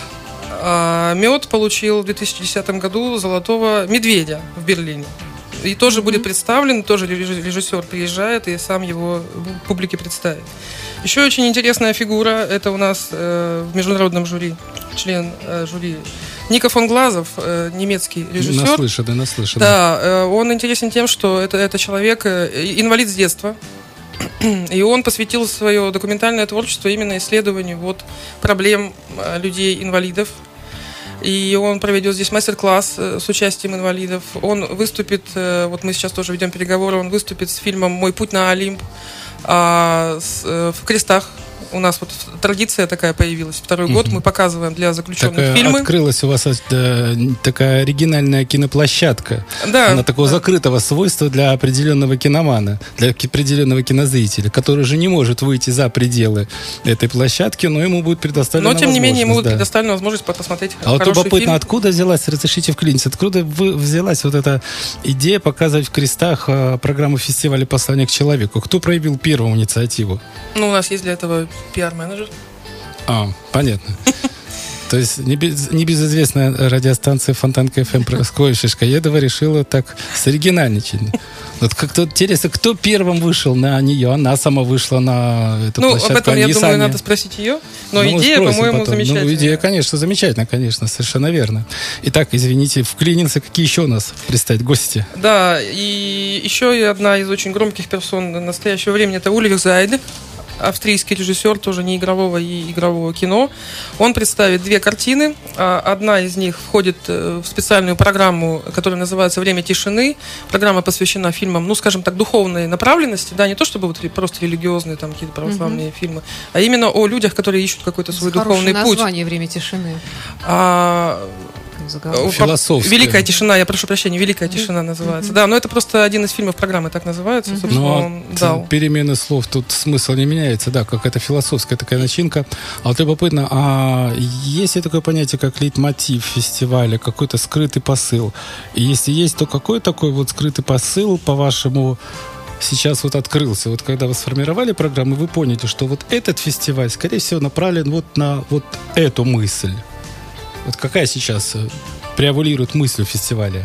А, мед получил в две тысячи десятом году «Золотого медведя» в Берлине. И тоже будет представлен, тоже реж- режиссер приезжает и сам его публике представит. Еще очень интересная фигура, это у нас э, в международном жюри, член э, жюри Ника фон Глазов, э, немецкий режиссер. Наслышанный, наслышанный. Да, э, он интересен тем, что это, это человек, э, инвалид с детства. И он посвятил свое документальное творчество именно исследованию вот, проблем э, людей-инвалидов. И он проведет здесь мастер-класс э, с участием инвалидов. Он выступит, э, вот мы сейчас тоже ведем переговоры, он выступит с фильмом «Мой путь на Олимп», а, с, э, в крестах. У нас вот традиция такая появилась. Второй Угу. год мы показываем для заключенных Такая фильмы. Открылась у вас э, такая оригинальная киноплощадка. Да, Она такого да. закрытого свойства для определенного киномана, для ки- определенного кинозрителя, который же не может выйти за пределы этой площадки, но ему будет предоставлена Но, тем не менее, ему будет возможность, да. предоставлена возможность посмотреть А вот хороший любопытно, фильм. откуда взялась, разрешите вклиниться, откуда вы, взялась вот эта идея показывать в крестах э, программу фестиваля «Послание к человеку»? Кто проявил первую инициативу? Ну, у нас есть для этого пиар-менеджер. А, понятно. То есть небез- небезызвестная радиостанция Фонтанка эф эм Шишкоедова решила так соригинальничать. Вот как-то интересно, кто первым вышел на нее? Она сама вышла на эту Ну, площадку. об этом, я они думаю, сами. надо спросить ее. Но Ну, мы идея, спросим по-моему, потом. замечательная. Ну, идея, конечно, замечательная, конечно, совершенно верно. Итак, извините, вклинился, какие еще у нас предстоят гости? Да, и еще и одна из очень громких персон настоящего времени — это Ульрих Зайд, австрийский режиссер, тоже не игрового и игрового кино. Он представит две картины. А, Одна из них входит э, в специальную программу, которая называется «Время тишины». Программа посвящена фильмам, ну, скажем так, духовной направленности, да, не то чтобы вот ре- просто религиозные там какие-то православные фильмы, а именно о людях, которые ищут какой-то свой духовный Хорошее путь. название «Время тишины». А, Заголовок. Философское. «Великая тишина», я прошу прощения, «Великая тишина» называется. Да, но это просто один из фильмов программы так называется. Собственно, Но он дал. перемены слов, тут смысл не меняется, да, какая-то философская такая начинка. А вот любопытно, а есть ли такое понятие, как лейтмотив фестиваля, какой-то скрытый посыл? И если есть, то какой такой вот скрытый посыл, по-вашему, сейчас вот открылся? Вот когда вы сформировали программу, вы поняли, что вот этот фестиваль, скорее всего, направлен вот на вот эту мысль. Вот какая сейчас э, превалирует мысль в фестивале?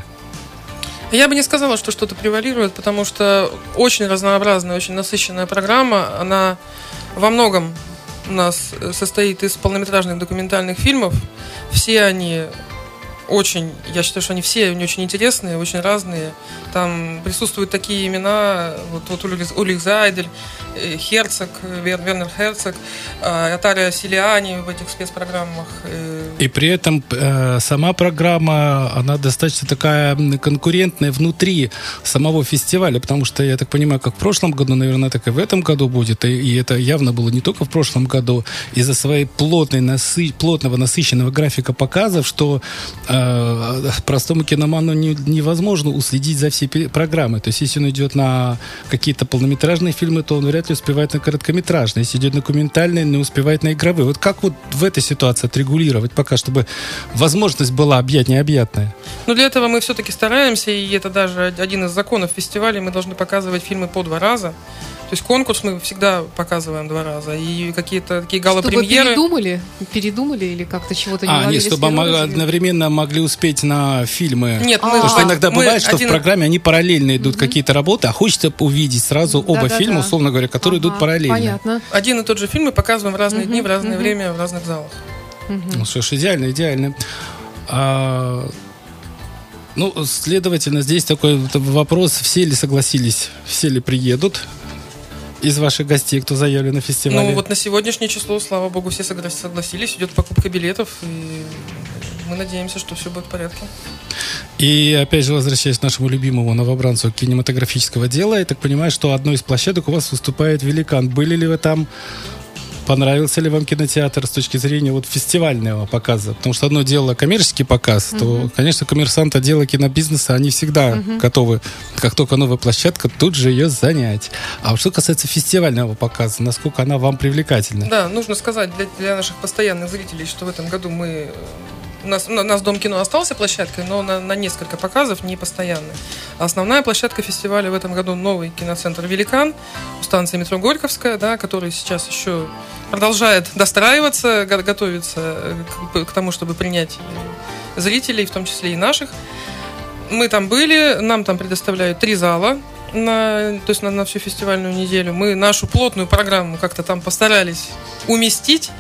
Я бы не сказала, что что-то превалирует, потому что очень разнообразная, очень насыщенная программа. Она во многом у нас состоит из полнометражных документальных фильмов. Все они очень, я считаю, что они все они очень интересные, очень разные. Там присутствуют такие имена, вот, вот Ульрих, Ульрих Зайдель, э, Херцог, Вер, Вернер Херцог, э, Атария Силиани в этих спецпрограммах. э. И при этом э, сама программа, она достаточно такая конкурентная внутри самого фестиваля, потому что, я так понимаю, как в прошлом году, наверное, так и в этом году будет, и, и это явно было не только в прошлом году, из-за своей плотной, насы, плотного, насыщенного графика показов, что э, простому киноману не, невозможно уследить за всей программой. То есть, если он идет на какие-то полнометражные фильмы, то он вряд ли успевает на короткометражные. Если идет на документальные, не успевает на игровые. Вот как вот в этой ситуации отрегулировать пока, чтобы возможность была объять необъятная? Но для этого мы все-таки стараемся, и это даже один из законов фестиваля, мы должны показывать фильмы по два раза. То есть конкурс мы всегда показываем два раза. И какие-то такие гала-премьеры. Чтобы передумали? Передумали или как-то чего-то не А, ловили нет, с чтобы первой мы очереди? одновременно могли успеть на фильмы. Нет, мы, Потому что мы- иногда мы бывает, что один- в программе они параллельно идут какие-то работы, а хочется увидеть сразу оба Да-да-да. фильма, условно говоря, которые идут Ага, параллельно. Понятно. один и тот же фильм мы показываем в разные Мгм, дни, в разное мгм. время, в разных залах. Ну что ж, идеально, идеально. А, ну, следовательно, здесь такой вот вопрос, все ли согласились, все ли приедут из ваших гостей, кто заявлен на фестивале? Ну вот на сегодняшнее число, слава богу, все согла- согласились, идет покупка билетов, и мы надеемся, что все будет в порядке. И опять же, возвращаясь к нашему любимому новобранцу кинематографического дела, я так понимаю, что одной из площадок у вас выступает «Великан». Были ли вы там? Понравился ли вам кинотеатр с точки зрения вот фестивального показа? Потому что одно дело коммерческий показ, Мгм. то, конечно, коммерсант отдела кинобизнеса, они всегда Мгм. готовы, как только новая площадка, тут же ее занять. А вот что касается фестивального показа, насколько она вам привлекательна? Да, нужно сказать для, для наших постоянных зрителей, что в этом году мы... У нас, у нас Дом кино остался площадкой, но на, на несколько показов, не постоянно. А основная площадка фестиваля в этом году — новый киноцентр «Великан» у станции метро Горьковская, да, который сейчас еще продолжает достраиваться, го- готовится к, к тому, чтобы принять зрителей, в том числе и наших. Мы там были, нам там предоставляют три зала, на, то есть на, на всю фестивальную неделю. Мы нашу плотную программу как-то там постарались уместить.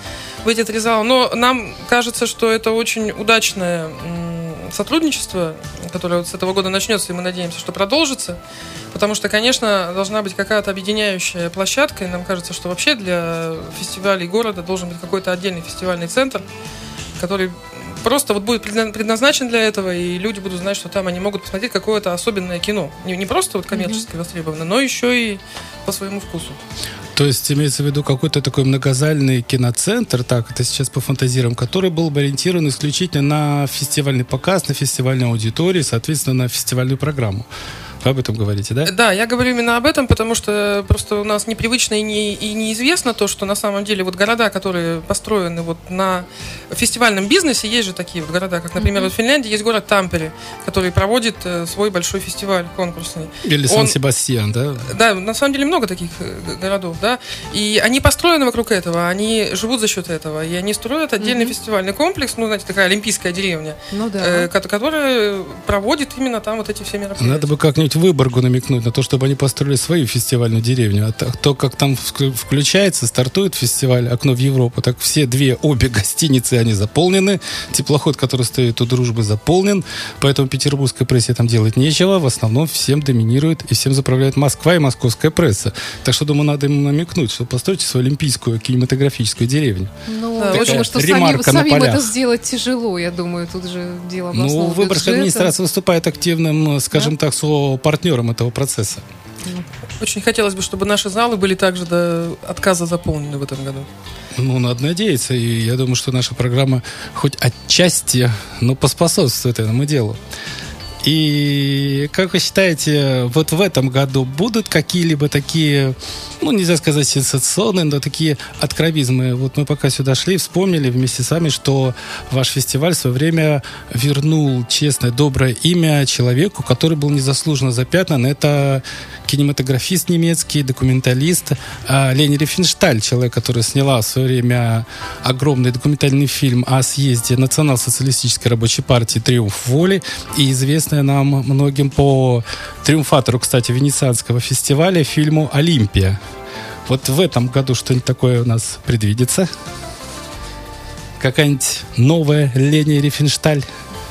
в эти три зала. Но нам кажется, что это очень удачное м, сотрудничество, которое вот с этого года начнется, и мы надеемся, что продолжится. Потому что, конечно, должна быть какая-то объединяющая площадка, и нам кажется, что вообще для фестивалей города должен быть какой-то отдельный фестивальный центр, который просто вот будет предназначен для этого, и люди будут знать, что там они могут посмотреть какое-то особенное кино. Не, не просто вот коммерчески mm-hmm. востребованное, но еще и по своему вкусу. То есть имеется в виду какой-то такой многозальный киноцентр, так, это сейчас по фантазиям, который был бы ориентирован исключительно на фестивальный показ, на фестивальную аудиторию, соответственно, на фестивальную программу. Вы об этом говорите, да? Да, я говорю именно об этом, потому что просто у нас непривычно и, не, и неизвестно то, что на самом деле вот города, которые построены вот на фестивальном бизнесе, есть же такие вот города, как, например, mm-hmm. вот в Финляндии есть город Тампере, который проводит э, свой большой фестиваль конкурсный. Или Он... Сан-Себастьян, да? Да, на самом деле много таких городов, да, и они построены вокруг этого, они живут за счет этого, и они строят отдельный mm-hmm. фестивальный комплекс, ну, знаете, такая олимпийская деревня, ну, да. э, которая проводит именно там вот эти все мероприятия. Надо бы как-нибудь Выборгу намекнуть на то, чтобы они построили свою фестивальную деревню. А то, как там включается, стартует фестиваль «Окно в Европу», так все две, обе гостиницы, они заполнены. Теплоход, который стоит у Дружбы, заполнен. Поэтому петербургской прессе там делать нечего. В основном всем доминирует и всем заправляет Москва и московская пресса. Так что, думаю, надо им намекнуть, что постройте свою олимпийскую кинематографическую деревню. Ну, да, я думаю, что самим, самим это сделать тяжело. Я думаю, тут же дело областного Ну, Выборгская администрация выступает активным, скажем да? так, со партнером этого процесса. Очень хотелось бы, чтобы наши залы были также до отказа заполнены в этом году. Ну, надо надеяться, и я думаю, что наша программа хоть отчасти, но поспособствует этому делу. И как вы считаете, вот в этом году будут какие-либо такие, ну, нельзя сказать сенсационные, но такие откровизмы? Вот мы пока сюда шли, вспомнили вместе с вами, что ваш фестиваль в свое время вернул честное, доброе имя человеку, который был незаслуженно запятнан. Это кинематографист немецкий, документалист Лени Рифеншталь, человек, который сняла в свое время огромный документальный фильм о съезде Национал-социалистической рабочей партии «Триумф воли», и известный нам многим по триумфатору, кстати, Венецианского фестиваля, фильму «Олимпия». Вот в этом году что-нибудь такое у нас предвидится? Какая-нибудь новая Лени Рифеншталь?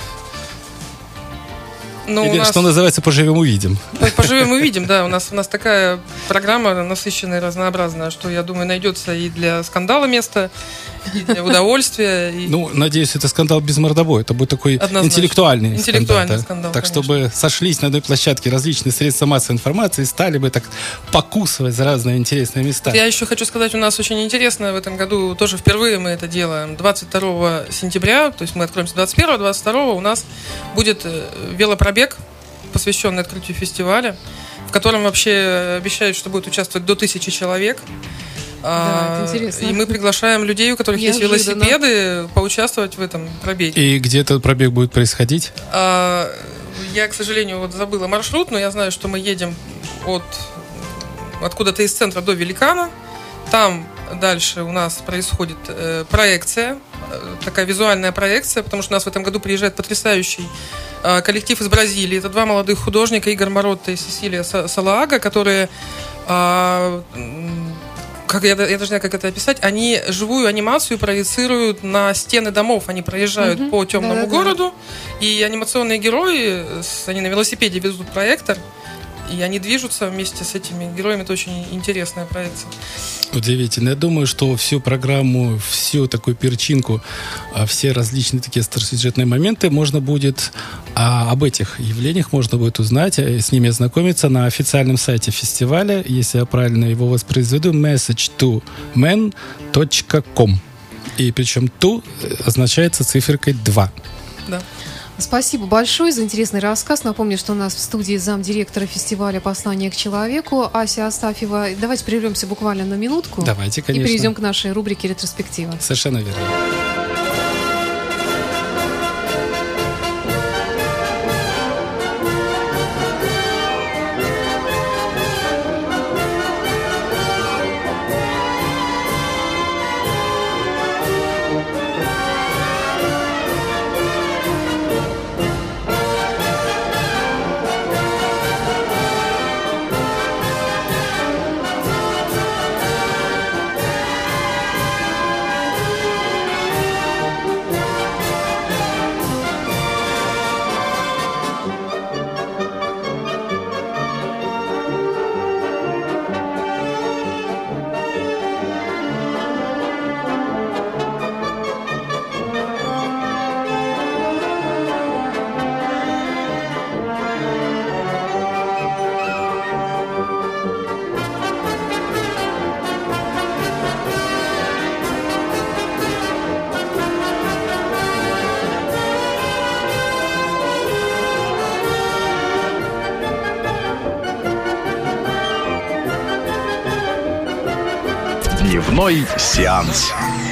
Ну, Или, нас... что называется, поживем увидим. Поживем увидим, да. У нас, у нас такая программа насыщенная, разнообразная, что, я думаю, найдется и для скандала место, и для удовольствия. И... Ну, надеюсь, это скандал без мордобоя. Это будет такой Однозначно. интеллектуальный, интеллектуальный скандал. скандал. Так, конечно. чтобы сошлись на одной площадке различные средства массовой информации и стали бы так покусывать за разные интересные места. Я еще хочу сказать, у нас очень интересно в этом году, тоже впервые мы это делаем, двадцать второго сентября, то есть мы откроемся двадцать первого, двадцать второго, у нас будет велопробег, посвященный открытию фестиваля, в котором вообще обещают, что будет участвовать до тысячи человек. Да, это интересно. И мы приглашаем людей, у которых Неожиданно. есть велосипеды, поучаствовать в этом пробеге. И где этот пробег будет происходить? А, я, к сожалению, вот забыла маршрут, но я знаю, что мы едем от откуда-то из центра до Великана. Там дальше у нас происходит э, проекция, э, такая визуальная проекция, потому что у нас в этом году приезжает потрясающий э, коллектив из Бразилии. Это два молодых художника, Игорь Маротто и Сесилия Салаага, которые... Э, Как, я, я даже не знаю, как это описать. Они живую анимацию проецируют на стены домов. Они проезжают mm-hmm. по темному Да-да-да. городу, и анимационные герои, они на велосипеде везут проектор, и они движутся вместе с этими героями. Это очень интересная проекция. Удивительно. Я думаю, что всю программу, всю такую перчинку, все различные такие остросюжетные моменты можно будет, а об этих явлениях можно будет узнать, с ними ознакомиться на официальном сайте фестиваля, если я правильно его воспроизведу, месседж ту мен точка ком. И причем «ту» означается циферкой два. Да. Спасибо большое за интересный рассказ. Напомню, что у нас в студии замдиректора фестиваля «Послание к человеку» Ася Астафьева. Давайте прервемся буквально на минутку. Давайте, конечно. И перейдем к нашей рубрике «Ретроспектива». Совершенно верно. Дневной сеанс.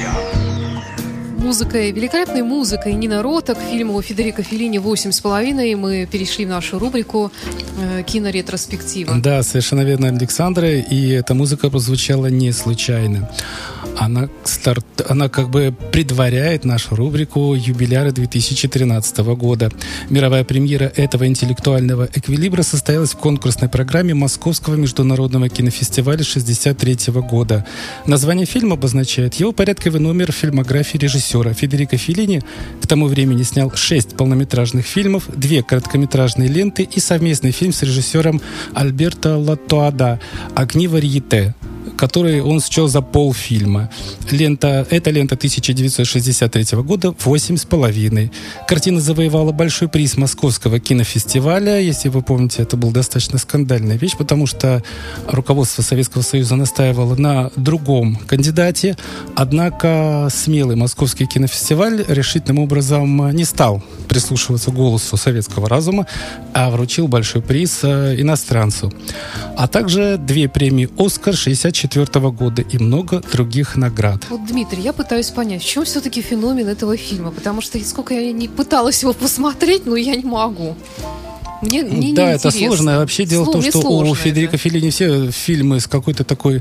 Музыкой, великолепной музыкой Нина Рота к фильму Федерико Феллини «Восемь с половиной» мы перешли в нашу рубрику э, «Киноретроспектива». Да, совершенно верно, Александра. И эта музыка прозвучала не случайно. Она, старт, она как бы предваряет нашу рубрику юбиляра две тысячи тринадцатого года. Мировая премьера этого интеллектуального эквилибра состоялась в конкурсной программе Московского международного кинофестиваля шестьдесят третьего года. Название фильма обозначает его порядковый номер в фильмографии режиссера. Федерико Феллини к тому времени снял шесть полнометражных фильмов, две короткометражные ленты и совместный фильм с режиссером Альберто Латуада «Огни варьете», который он счел за полфильма. Лента, эта лента тысяча девятьсот шестьдесят третьего года «Восемь с половиной». Картина завоевала большой приз Московского кинофестиваля. Если вы помните, это была достаточно скандальная вещь, потому что руководство Советского Союза настаивало на другом кандидате. Однако смелый Московский кинофестиваль решительным образом не стал прислушиваться к голосу советского разума, а вручил большой приз иностранцу. А также две премии «Оскар» шестьдесят четвертого года и много других наград. Вот, Дмитрий, я пытаюсь понять, в чем все-таки феномен этого фильма, потому что сколько я не пыталась его посмотреть, но я не могу. Мне, мне да, это сложно. Вообще дело Сло, в том, что у Федерико это. Феллини все фильмы с какой-то такой,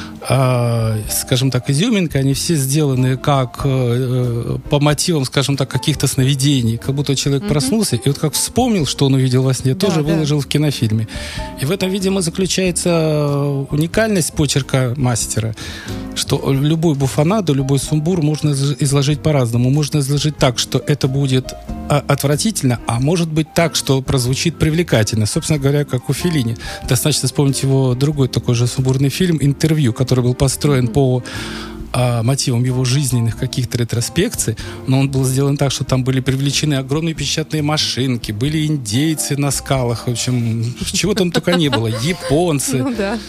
э, скажем так, изюминкой, они все сделаны как э, по мотивам, скажем так, каких-то сновидений. Как будто человек mm-hmm. проснулся и вот как вспомнил, что он увидел во сне, да, тоже да. выложил в кинофильме. И в этом, видимо, заключается уникальность почерка мастера, что любую буфонаду, любой сумбур можно изложить по-разному. Можно изложить так, что это будет отвратительно, а может быть так, что прозвучит привлекательно. Собственно говоря, как у Феллини. Достаточно вспомнить его другой такой же сумбурный фильм «Интервью», который был построен mm-hmm. по а, мотивам его жизненных каких-то ретроспекций, но он был сделан так, что там были привлечены огромные печатные машинки, были индейцы на скалах, в общем, чего там только не было, японцы. Ну да.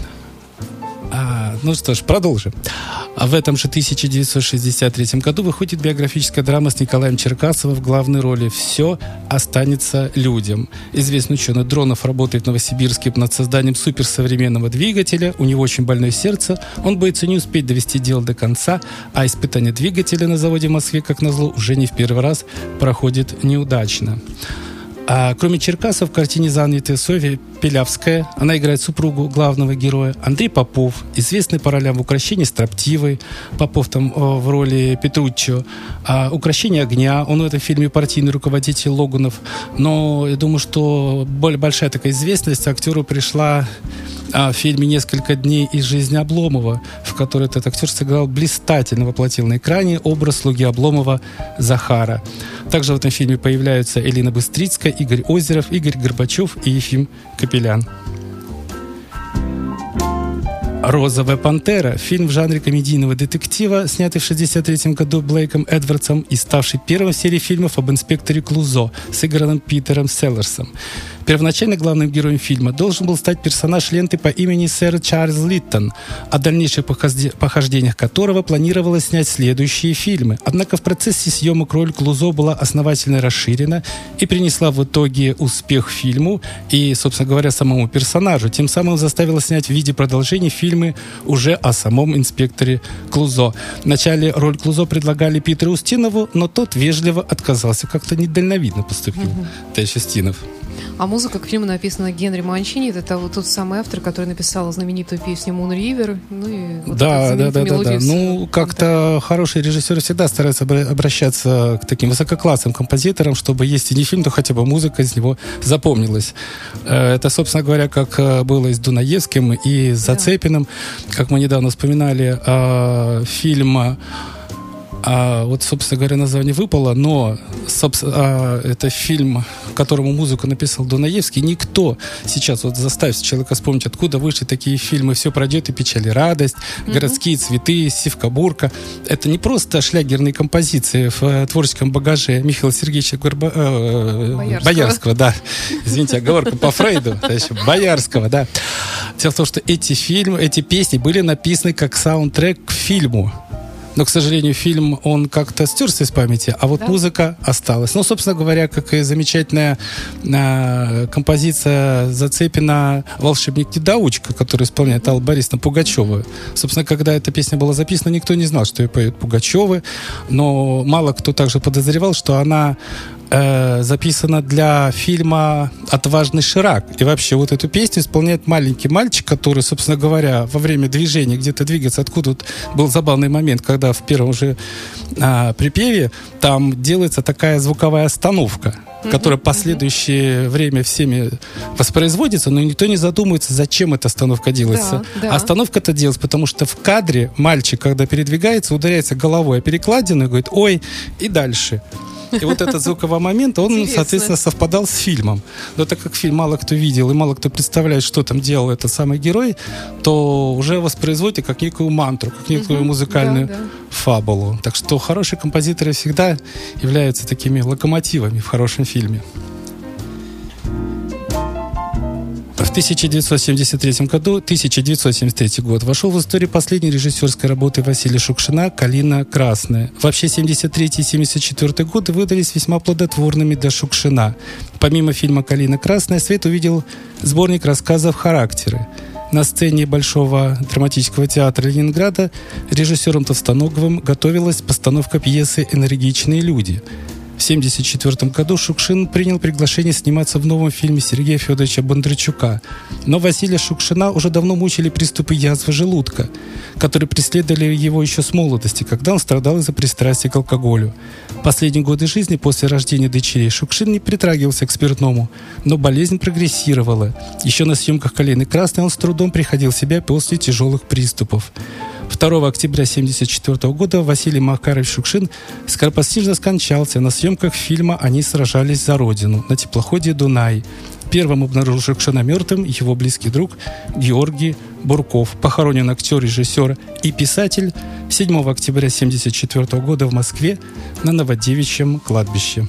А, ну что ж, продолжим. А в этом же тысяча девятьсот шестьдесят третьем году выходит биографическая драма с Николаем Черкасовым в главной роли «Все останется людям». Известный ученый Дронов работает в Новосибирске над созданием суперсовременного двигателя. У него очень больное сердце. Он боится не успеть довести дело до конца, а испытание двигателя на заводе в Москве, как назло, уже не в первый раз проходит неудачно. А кроме Черкасов в картине заняты Софья Пилявская, она играет супругу главного героя, Андрей Попов, известный по ролям в «Укрощении строптивой», Попов там о, в роли Петруччо, а «Укрощение огня», он в этом фильме партийный руководитель Логунов, но я думаю, что более большая такая известность актеру пришла а, в фильме «Несколько дней из жизни Обломова», в которой этот актер сыграл блистательно, воплотил на экране образ слуги Обломова Захара. Также в этом фильме появляются Элина Быстрицкая, Игорь Озеров, Игорь Горбачев и Ефим Капелян. «Розовая пантера» — фильм в жанре комедийного детектива, снятый в шестьдесят третьем году Блейком Эдвардсом и ставший первым в серии фильмов об инспекторе Клузо, сыгранном Питером Селлерсом. Первоначально главным героем фильма должен был стать персонаж ленты по имени сэр Чарльз Литтон, о дальнейших похождениях которого планировалось снять следующие фильмы. Однако в процессе съемок роль Клузо была основательно расширена и принесла в итоге успех фильму и, собственно говоря, самому персонажу. Тем самым заставила снять в виде продолжения фильмы уже о самом инспекторе Клузо. Вначале роль Клузо предлагали Питеру Устинову, но тот вежливо отказался. Как-то недальновидно поступил mm-hmm. товарищ Устинов. А музыка к фильму написана Генри Манчини. Это вот тот самый автор, который написал знаменитую песню «Moon River». Ну и вот да, да, да, да, да. Ну, как-то хорошие режиссеры всегда стараются обращаться к таким высококлассным композиторам, чтобы если не фильм, то хотя бы музыка из него запомнилась. Это, собственно говоря, как было и с Дунаевским, и с Зацепиным. Да. Как мы недавно вспоминали, фильм... А, вот, собственно говоря, название выпало, но а, это фильм, которому музыку написал Дунаевский. Никто сейчас вот заставит человека вспомнить, откуда вышли такие фильмы «Все пройдет и печаль и радость», mm-hmm. «Городские цветы», «Сивка-бурка». Это не просто шлягерные композиции в э, творческом багаже Михаила Сергеевича Горба... э, Боярского. Боярского, да. Извините, оговорка по Фрейду. Боярского, да. Дело в том, что эти фильмы, эти песни были написаны как саундтрек к фильму. Но, к сожалению, фильм, он как-то стерся из памяти, а вот Да? музыка осталась. Ну, собственно говоря, как и замечательная э, композиция Зацепина «Волшебник-недоучка», которую исполняет Алла Борисовна Пугачева. Собственно, когда эта песня была записана, никто не знал, что ее поют Пугачевы, но мало кто также подозревал, что она э, записана для фильма «Отважный Ширак». И вообще вот эту песню исполняет маленький мальчик, который, собственно говоря, во время движения где-то двигаться, откуда вот был забавный момент, когда в первом же э, припеве там делается такая звуковая остановка, которая последующее время всеми воспроизводится, но никто не задумывается, зачем эта остановка делается. Да, да. А остановка-то делается, потому что в кадре мальчик, когда передвигается, ударяется головой о перекладину и говорит «ой» и дальше. И вот этот звуковой момент, он, Интересно. соответственно, совпадал с фильмом. Но так как фильм мало кто видел и мало кто представляет, что там делал этот самый герой, то уже воспроизводите как некую мантру, как некую Мгм. музыкальную Да, да. фабулу. Так что хорошие композиторы всегда являются такими локомотивами в хорошем фильме. В тысяча девятьсот семьдесят третьем году, тысяча девятьсот семьдесят третий год, вошел в историю последней режиссерской работы Василия Шукшина «Калина красная». Вообще, семьдесят третий и семьдесят четвёртый годы выдались весьма плодотворными для Шукшина. Помимо фильма «Калина красная», свет увидел сборник рассказов «Характеры». На сцене Большого драматического театра Ленинграда режиссером Товстоноговым готовилась постановка пьесы «Энергичные люди». В семьдесят четвёртом году Шукшин принял приглашение сниматься в новом фильме Сергея Федоровича Бондарчука. Но Василия Шукшина уже давно мучили приступы язвы желудка, которые преследовали его еще с молодости, когда он страдал из-за пристрастия к алкоголю. Последние годы жизни после рождения дочерей Шукшин не притрагивался к спиртному, но болезнь прогрессировала. Еще на съемках «Калины красной» он с трудом приходил в себя после тяжелых приступов. второго октября семьдесят четвёртого года Василий Макарович Шукшин скоропостижно скончался. На съемках фильма «Они сражались за Родину» на теплоходе «Дунай». Первым обнаружил Шукшина мертвым его близкий друг Георгий Бурков. Похоронен актер, режиссер и писатель седьмого октября семьдесят четвёртого года в Москве на Новодевичьем кладбище.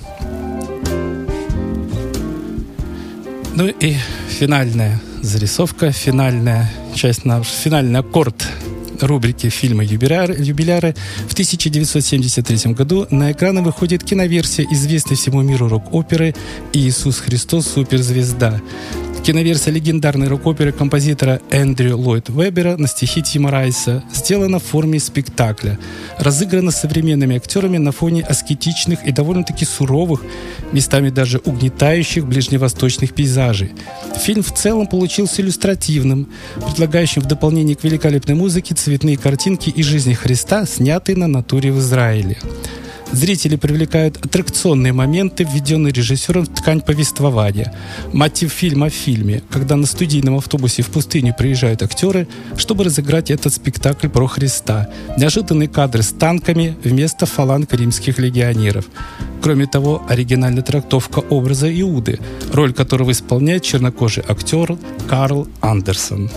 Ну и финальная зарисовка, финальная часть, наш финальный аккорд рубрики фильма «Юбиляры». В тысяча девятьсот семьдесят третьем году на экраны выходит киноверсия известной всему миру рок-оперы «Иисус Христос. Суперзвезда». Киноверсия легендарной рок-оперы композитора Эндрю Ллойд Вебера на стихи Тима Райса сделана в форме спектакля, разыграна современными актерами на фоне аскетичных и довольно-таки суровых, местами даже угнетающих ближневосточных пейзажей. Фильм в целом получился иллюстративным, предлагающим в дополнение к великолепной музыке цветные картинки из жизни Христа, снятые на натуре в Израиле. Зрители привлекают аттракционные моменты, введенные режиссером в ткань повествования. Мотив фильма в фильме, когда на студийном автобусе в пустыню приезжают актеры, чтобы разыграть этот спектакль про Христа. Неожиданные кадры с танками вместо фаланг римских легионеров. Кроме того, оригинальная трактовка образа Иуды, роль которого исполняет чернокожий актер Карл Андерсон.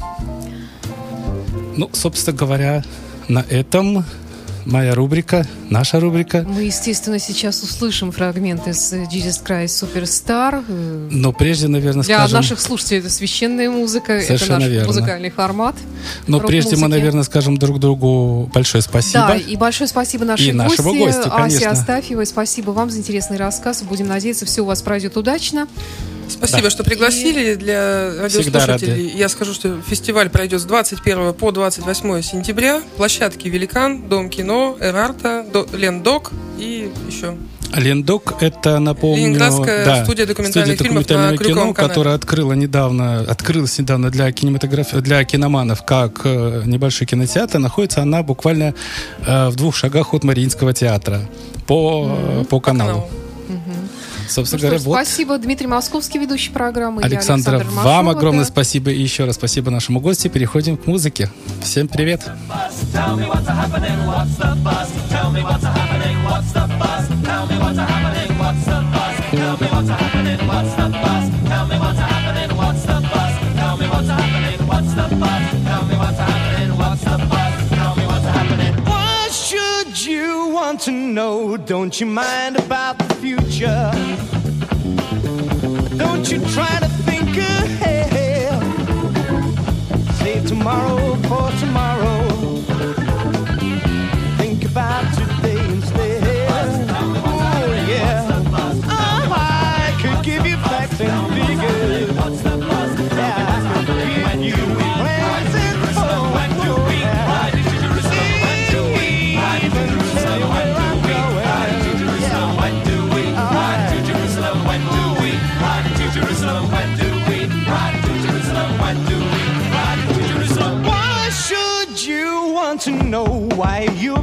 Ну, собственно говоря, на этом моя рубрика, наша рубрика. Мы, естественно, сейчас услышим фрагмент из Jesus Christ Superstar. Но прежде, наверное, Для скажем... наших слушателей это священная музыка, это Совершенно наш верно. музыкальный формат. Но прежде мы, наверное, скажем друг другу большое спасибо. Да, и большое спасибо нашей И нашему гости, гостю, Асе конечно. Астафьевой. Спасибо вам за интересный рассказ. Будем надеяться, все у вас пройдет удачно. Спасибо, Да. что пригласили. Для Всегда радиослушателей рады. я скажу, что фестиваль пройдет с двадцать первого по двадцать восьмое сентября. Площадки «Великан», Дом кино, Эрарта, До- Лендок и еще. Лендок — это, напомню... Ленинградская да, студия документальных студия фильмов документального на кино, Крюковом канале. которая открыла недавно, открылась недавно для кинематограф... для киноманов как э, небольшой кинотеатр. Находится она буквально э, в двух шагах от Мариинского театра по, mm-hmm. по каналу. каналу. Собственно Ну говоря, что, вот. спасибо. Дмитрий Московский, ведущий программы. Александр, Я Александр вам Машова, огромное да. спасибо. И еще раз спасибо нашему гостю. Переходим к музыке. Всем привет. Tell me what's happening, what's the buzz? Tell me what's happening, what's the buzz? Tell me what's happening, what's the buzz? Tell me what's happening, what's the buzz? Tell me what's happening, what's the buzz? Tell me what's happening, what's the buzz? Tell me what's happening, what's the buzz? Tell me what's happening. What should you want to know? Don't you mind about the future? Don't you try to think ahead. Save tomorrow for tomorrow. Think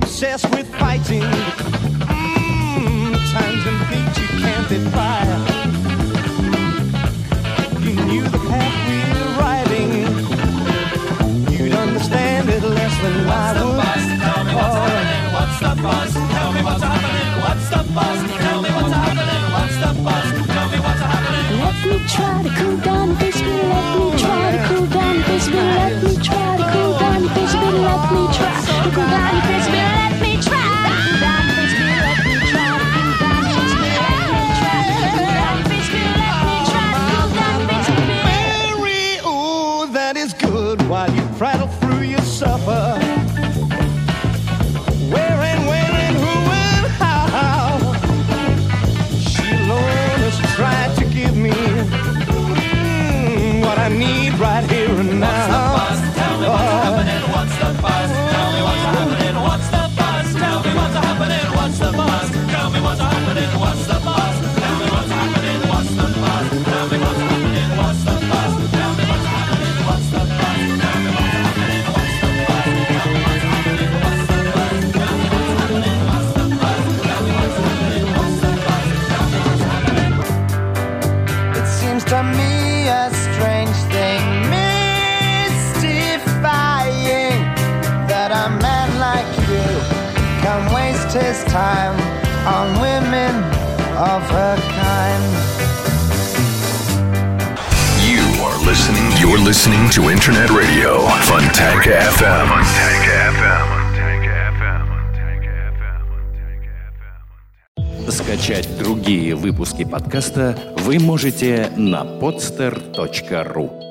obsessed with fighting. Mm, times and beat you can't defy. You knew the path we were riding. You'd understand it less than I would. What's the buzz? Tell me what's happening. What's the buzz? Tell me what's happening. What's the buzz? Tell me what's happening. Let me try to cool down, baby. Let me try to cool down, baby. Let me try to cool down, baby. Let me try to cool down, baby. Let me try to cool down, baby. Let me try to cool down, baby. Let me try to cool down, baby. Let me try to cool down, baby. Mary, ooh, that is good while you prattle through your supper. Where and when and who and how. She alone has tried to give me mm, what I need right here and now. What's the buzz? Tell me what's happening. What's the buzz? Tell me what's happening. What's the buzz? Tell me what's happening. What's the buzz? Tell me what's happening. What's the buzz? Tell me what's happening. What's the buzz? Tell me what's happening. What's the buzz? Tell me what's happening. What's the buzz? Tell me what's happening. What's the buzz? Tell me what's happening. What's the buzz? Tell me what's happening. What's the buzz? Tell me what's happening. What's the buzz? Tell me what's happening. It seems to me a strange thing, mystifying, that a man like you can waste his time on women of her kind. You are listening. You're listening to Internet Radio Fontanka эф эм. Fontanka эф эм. Скачать другие выпуски подкаста вы можете на podster точка ру.